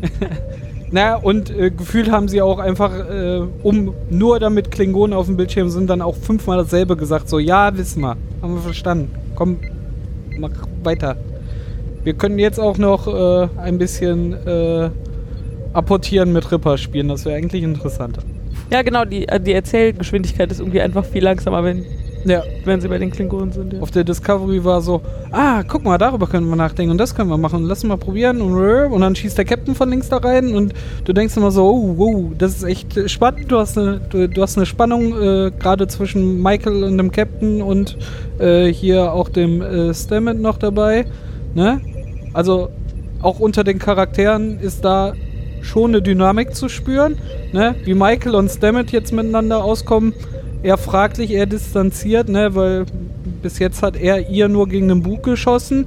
Na, und gefühlt haben sie auch einfach, nur damit Klingonen auf dem Bildschirm sind, dann auch 5-mal dasselbe gesagt. So, ja, wissen wir. Haben wir verstanden. Komm, mach weiter. Wir können jetzt auch noch ein bisschen apportieren mit Ripper spielen. Das wäre eigentlich interessanter. Ja, genau, die Erzählgeschwindigkeit ist irgendwie einfach viel langsamer, wenn sie bei den Klingonen sind. Ja. Auf der Discovery war so, guck mal, darüber können wir nachdenken und das können wir machen. Lass mal probieren und dann schießt der Captain von links da rein und du denkst immer so, oh, wow, das ist echt spannend. Du hast eine Spannung gerade zwischen Michael und dem Captain und hier auch dem Stammet noch dabei. Ne? Also auch unter den Charakteren ist da schon eine Dynamik zu spüren. Ne? Wie Michael und Stammet jetzt miteinander auskommen, eher fraglich, eher distanziert, ne? Weil bis jetzt hat er ihr nur gegen den Bug geschossen.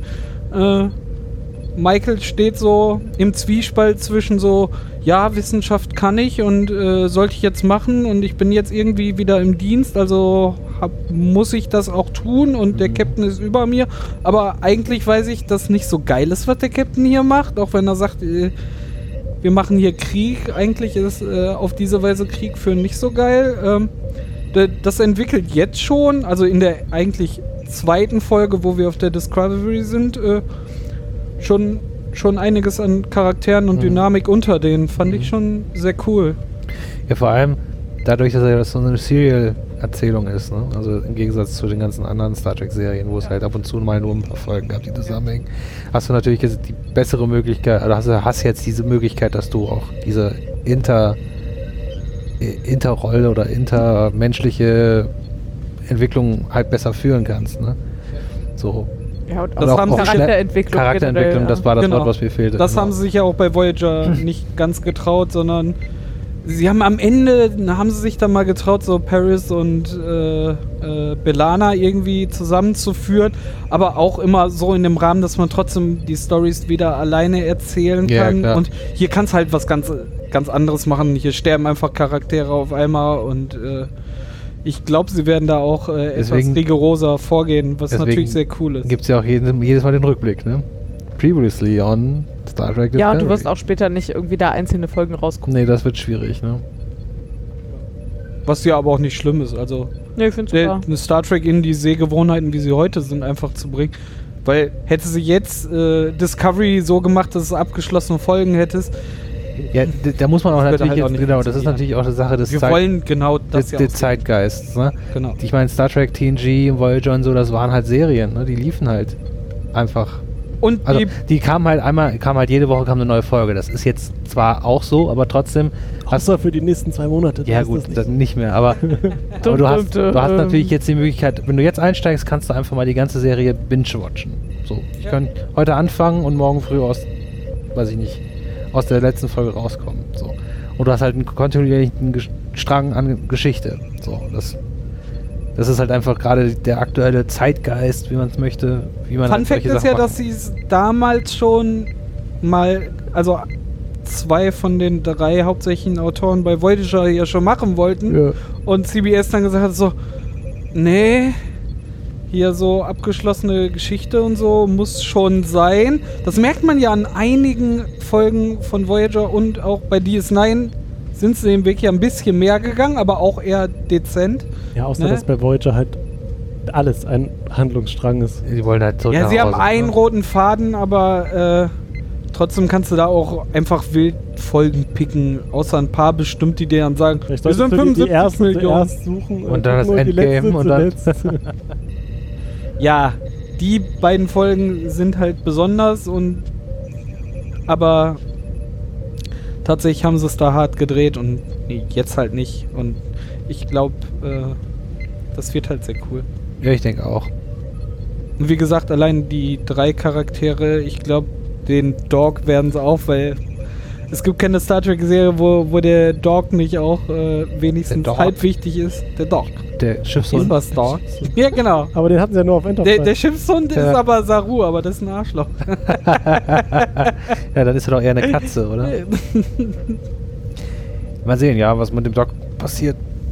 Michael steht so im Zwiespalt zwischen so, ja, Wissenschaft kann ich und sollte ich jetzt machen und ich bin jetzt irgendwie wieder im Dienst, also muss ich das auch tun und der Captain ist über mir. Aber eigentlich weiß ich, dass nicht so geil ist, was der Captain hier macht, auch wenn er sagt, wir machen hier Krieg. Eigentlich ist auf diese Weise Krieg führen nicht so geil. Das entwickelt jetzt schon, also in der eigentlich zweiten Folge, wo wir auf der Discovery sind, schon einiges an Charakteren und Dynamik unter denen. Fand ich schon sehr cool. Ja, vor allem dadurch, dass das so eine Serial-Erzählung ist, ne? Also im Gegensatz zu den ganzen anderen Star Trek-Serien, wo es halt ab und zu mal nur ein paar Folgen gab, die zusammenhängen, hast du natürlich jetzt die bessere Möglichkeit, also hast jetzt diese Möglichkeit, dass du auch diese Interrolle oder intermenschliche Entwicklung halt besser führen kannst, ne? So. Ja, und Das auch haben Charakterentwicklung. Charakterentwicklung, generell, das war das Genau. Wort, was mir fehlte. Das genau. haben sie sich ja auch bei Voyager nicht ganz getraut, sondern sie haben am Ende, haben sie sich dann mal getraut, so Paris und B'Elanna irgendwie zusammenzuführen, aber auch immer so in dem Rahmen, dass man trotzdem die Storys wieder alleine erzählen Ja, kann. klar. Und hier kannst halt was ganz anderes machen. Hier sterben einfach Charaktere auf einmal und ich glaube, sie werden da auch etwas Deswegen- rigoroser vorgehen, was deswegen natürlich sehr cool ist. Gibt es ja auch jedes Mal den Rückblick, ne? Previously on Star Trek Ja, und du Discovery. wirst auch später nicht irgendwie da einzelne Folgen rausgucken. Nee, das wird schwierig, ne? Was ja aber auch nicht schlimm ist. Also Nee, ich find's super. eine Star Trek in die Sehgewohnheiten, wie sie heute sind, einfach zu bringen. Weil hätte sie jetzt Discovery so gemacht, dass es abgeschlossene Folgen hättest, Ja, da muss man auch Das würde natürlich, halt auch nicht genau, das ist funktionieren. natürlich auch eine Sache des wir wollen genau das ja des auch sehen. Zeitgeists, ne? Genau. Ich meine, Star Trek, TNG, Voyager und so, das waren halt Serien, ne? Die liefen halt einfach. Und Also die die kamen halt jede Woche kam eine neue Folge. Das ist jetzt zwar auch so, aber trotzdem Außer für die nächsten 2 Monate. ja ist gut, das nicht das so. nicht mehr, aber du hast natürlich jetzt die Möglichkeit, wenn du jetzt einsteigst, kannst du einfach mal die ganze Serie binge-watchen. So, ich kann heute anfangen und morgen früh aus der letzten Folge rauskommen. So. Und du hast halt einen kontinuierlichen Strang an Geschichte. So, das ist halt einfach gerade der aktuelle Zeitgeist, wie man es möchte, wie man Fun halt Fact solche ist Sachen ja, dass sie es damals schon mal, also 2 von den 3 hauptsächlichen Autoren bei Voyager ja schon machen wollten. Ja. Und CBS dann gesagt hat so, nee, hier so abgeschlossene Geschichte und so muss schon sein. Das merkt man ja an einigen Folgen von Voyager und auch bei DS9 sind sie den Weg ja ein bisschen mehr gegangen, aber auch eher dezent. Ja, außer Ne? dass bei Voyager halt alles ein Handlungsstrang ist. Die wollen halt zurück Ja, nach sie haben Hause, einen ne? roten Faden, aber trotzdem kannst du da auch einfach wild Folgen picken, außer ein paar bestimmt, die dir dann sagen, Vielleicht wir sind solltest du die 75 erste Millionen. zuerst suchen Und dann das gucken die Endgame letzte und dann- zuletzt. Ja, die beiden Folgen sind halt besonders aber tatsächlich haben sie es da hart gedreht und jetzt halt nicht. Und ich glaube, das wird halt sehr cool. Ja, ich denke auch. Und wie gesagt, allein die 3 Charaktere, ich glaube, den Dog werden sie auch, weil es gibt keine Star Trek-Serie, wo der Dog nicht auch wenigstens halb wichtig ist. Der Dog. Der Schiffshund. Was Dog? Ja, genau. Aber den hatten sie ja nur auf Enterprise. Der Schiffshund ist aber Saru, aber das ist ein Arschloch. Ja, dann ist er doch eher eine Katze, oder? Mal sehen, ja, was mit dem Doc passiert.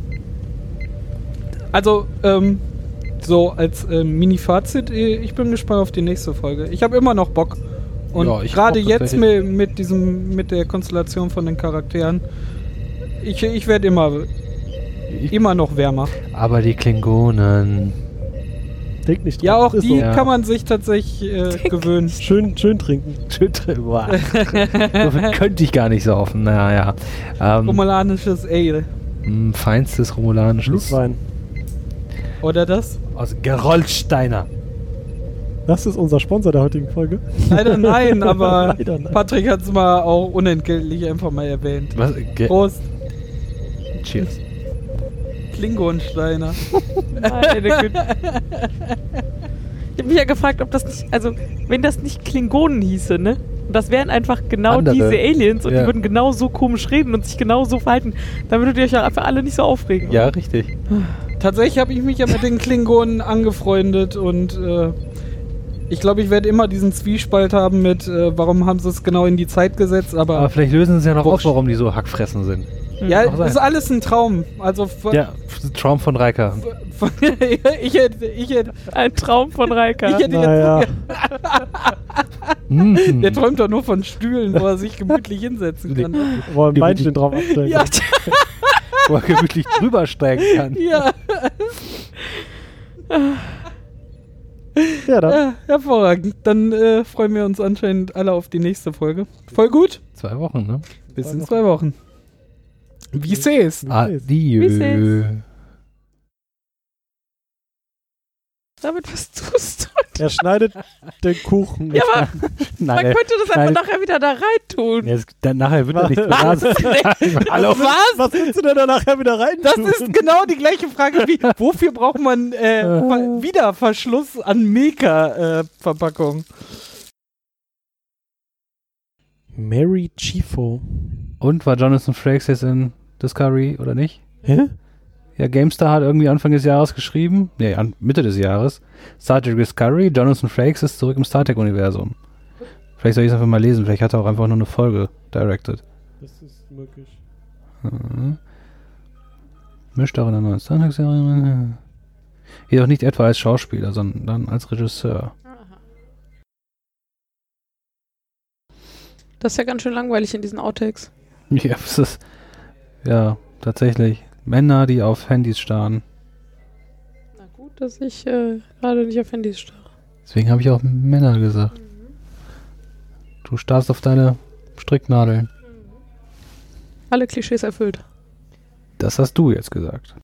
Also, so als Mini-Fazit, ich bin gespannt auf die nächste Folge. Ich habe immer noch Bock. Und Ja, ich gerade auch jetzt tatsächlich. mit der Konstellation von den Charakteren, ich werde immer noch wärmer. Aber die Klingonen. Denk nicht drauf. Ja, auch Ist die so. Ja. kann man sich tatsächlich gewöhnen. Schön trinken. Schön drüber. So viel könnte ich gar nicht saufen. Naja. Romulanisches Ale. Feinstes romulanisches. Blutwein. Oder das? Aus Gerolsteiner. Das ist unser Sponsor der heutigen Folge. Leider nein, aber Leider nein. Patrick hat es mal auch unentgeltlich einfach mal erwähnt. Was? Prost, Cheers. Klingonsteiner. Meine Güte. Ich habe mich ja gefragt, ob das nicht, also wenn das nicht Klingonen hieße, ne? Und das wären einfach genau Andere. diese Aliens und Ja. die würden genau so komisch reden und sich genau so verhalten, dann würdet ihr euch ja einfach alle nicht so aufregen. Ja, richtig. Tatsächlich habe ich mich ja mit den Klingonen angefreundet und ich glaube, ich werde immer diesen Zwiespalt haben mit, warum haben sie es genau in die Zeit gesetzt, aber vielleicht lösen sie ja noch auf, Wurscht. warum die so hackfressen sind. ja, auch das ist sein. alles ein Traum. Also Ja, Traum von Riker. ich hätte Ein Traum von Reika. Ich hätte Naja. der träumt doch nur von Stühlen, wo er sich gemütlich hinsetzen kann. Wo ein Die- Beinchen drauf abstellen. Ja, Wo er gemütlich drüber steigen kann. ja. Ja, dann. Hervorragend. Dann freuen wir uns anscheinend alle auf die nächste Folge. Voll gut. 2 Wochen, ne? Bis in 2 Wochen. Wie seh's? Adieu. Damit, was tust du? Er schneidet den Kuchen. Ja, aber man Nein, könnte das einfach nein. nachher wieder da rein tun. dann nachher wird er nicht Hallo. Was willst du denn da nachher wieder rein? Das ist genau die gleiche Frage wie, wofür braucht man wieder Verschluss an Milka-Verpackung? Mary Chifo. Und war Jonathan Frakes jetzt in Discovery oder nicht? Hä? Ja, GameStar hat irgendwie Anfang des Jahres geschrieben, nee, Mitte des Jahres, Star Trek Discovery, Jonathan Frakes ist zurück im Star Trek-Universum. Vielleicht soll ich es einfach mal lesen, vielleicht hat er auch einfach nur eine Folge directed. Das ist möglich. Mischt auch in der neuen Star Trek-Serie. Jedoch nicht etwa als Schauspieler, sondern als Regisseur. Das ist ja ganz schön langweilig in diesen Outtakes. Ja, es ist, ja, tatsächlich. Männer, die auf Handys starren. Na gut, dass ich gerade nicht auf Handys starre. Deswegen habe ich auch Männer gesagt. Du starrst auf deine Stricknadeln. Alle Klischees erfüllt. Das hast du jetzt gesagt.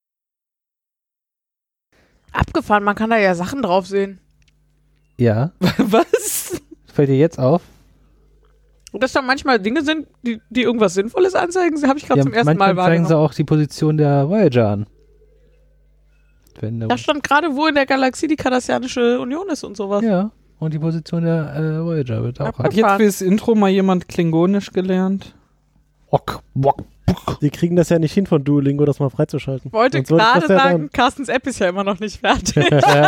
Abgefahren, man kann da ja Sachen drauf sehen. Ja. Was? Fällt dir jetzt auf? Und dass da manchmal Dinge sind, die irgendwas Sinnvolles anzeigen, habe ich gerade zum ersten Mal manchmal zeigen sie wahrgenommen. auch die Position der Voyager an. Wenn Da stand gerade, wo in der Galaxie die Kardassianische Union ist und sowas. ja, und die Position der Voyager wird auch Abgefahren. Hat jetzt fürs Intro mal jemand Klingonisch gelernt? Ok, wok. Die kriegen das ja nicht hin von Duolingo, das mal freizuschalten. Ich wollte Sonst würde gerade das ja sagen, Carstens App ist ja immer noch nicht fertig.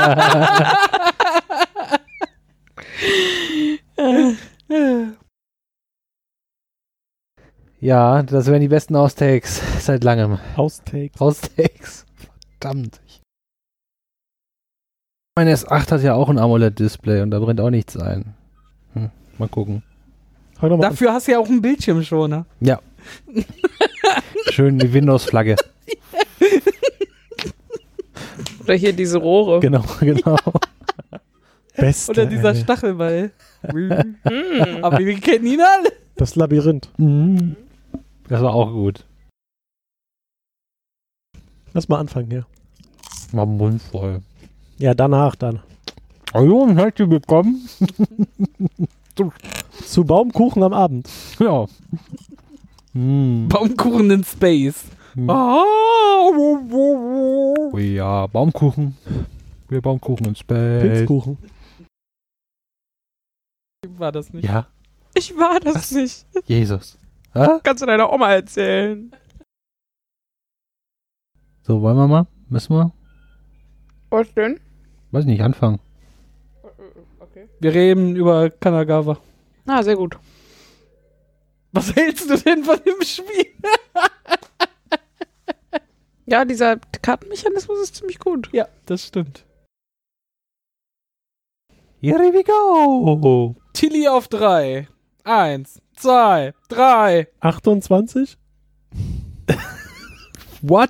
Ja, das wären die besten Austakes seit langem. Austakes. Austakes. Verdammt. Mein S8 hat ja auch ein AMOLED-Display und da brennt auch nichts ein. Mal gucken. Fang doch mal an. Dafür hast du ja auch einen Bildschirmschoner. Ja. Schön die Windows-Flagge. Oder hier diese Rohre. Genau, genau. Beste. Oder dieser ey. Stachelball. Mm. Aber wir kennen ihn alle. Das Labyrinth. Mhm. Das war auch gut. Lass mal anfangen hier. War mundvoll. Ja, danach dann. Hallo und herzlich willkommen. Zu Baumkuchen am Abend. Ja. Baumkuchen in Space. Oh ja, Baumkuchen. Wir Baumkuchen in Space. Pilzkuchen. War das nicht? Ja, Ich war das nicht. Jesus. Hä? Kannst du deiner Oma erzählen. So, wollen wir mal? Müssen wir? Was denn? Weiß nicht, anfangen. Wir reden über Kanagawa. Ah, sehr gut. Was hältst du denn von dem Spiel? Ja, dieser Kartenmechanismus ist ziemlich gut. Ja, das stimmt. Here we go. Tilly auf 3. 1, 2, 3. 28? What?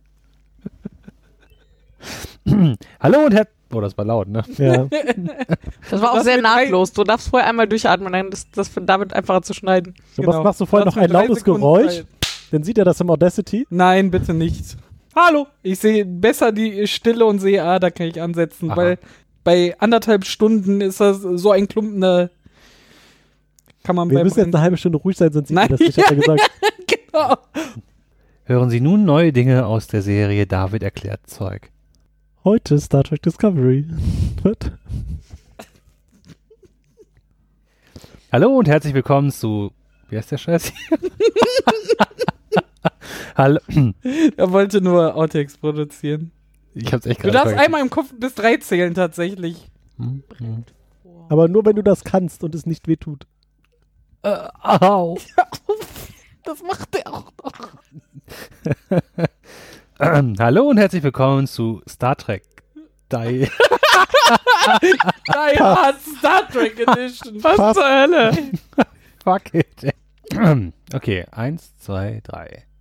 Hallo und oh, das war laut, ne? Ja. Das war auch Das sehr mit nahtlos. Du darfst vorher einmal durchatmen, dann ist das damit einfacher zu schneiden. So, Genau. was machst du vorher Das noch ein mit 3 lautes Sekunden Geräusch? Zeit. Dann sieht er das im Audacity. Nein, bitte nicht. Hallo. Ich sehe besser die Stille und sehe, da kann ich ansetzen, Aha. weil bei 1,5 Stunden ist das so ein Klumpen, kann man Wir beim müssen jetzt eine halbe Stunde ruhig sein, sonst sieht Nein, er das nicht, hat er gesagt. Genau. Hören Sie nun neue Dinge aus der Serie David erklärt Zeug. Heute Star Trek Discovery. Was? Hallo und herzlich willkommen zu... Wie heißt der Scheiß hier? Hallo. Er wollte nur Outtakes produzieren. Ich hab's echt Du gerade darfst vergessen. einmal im Kopf bis 3 zählen, tatsächlich. Aber nur, wenn du das kannst und es nicht wehtut. Au. Das macht er auch noch. Hallo und herzlich willkommen zu Star Trek. Die Hard Star Trek Edition. Was zur Hölle? Fuck it. Okay, 1, 2, 3.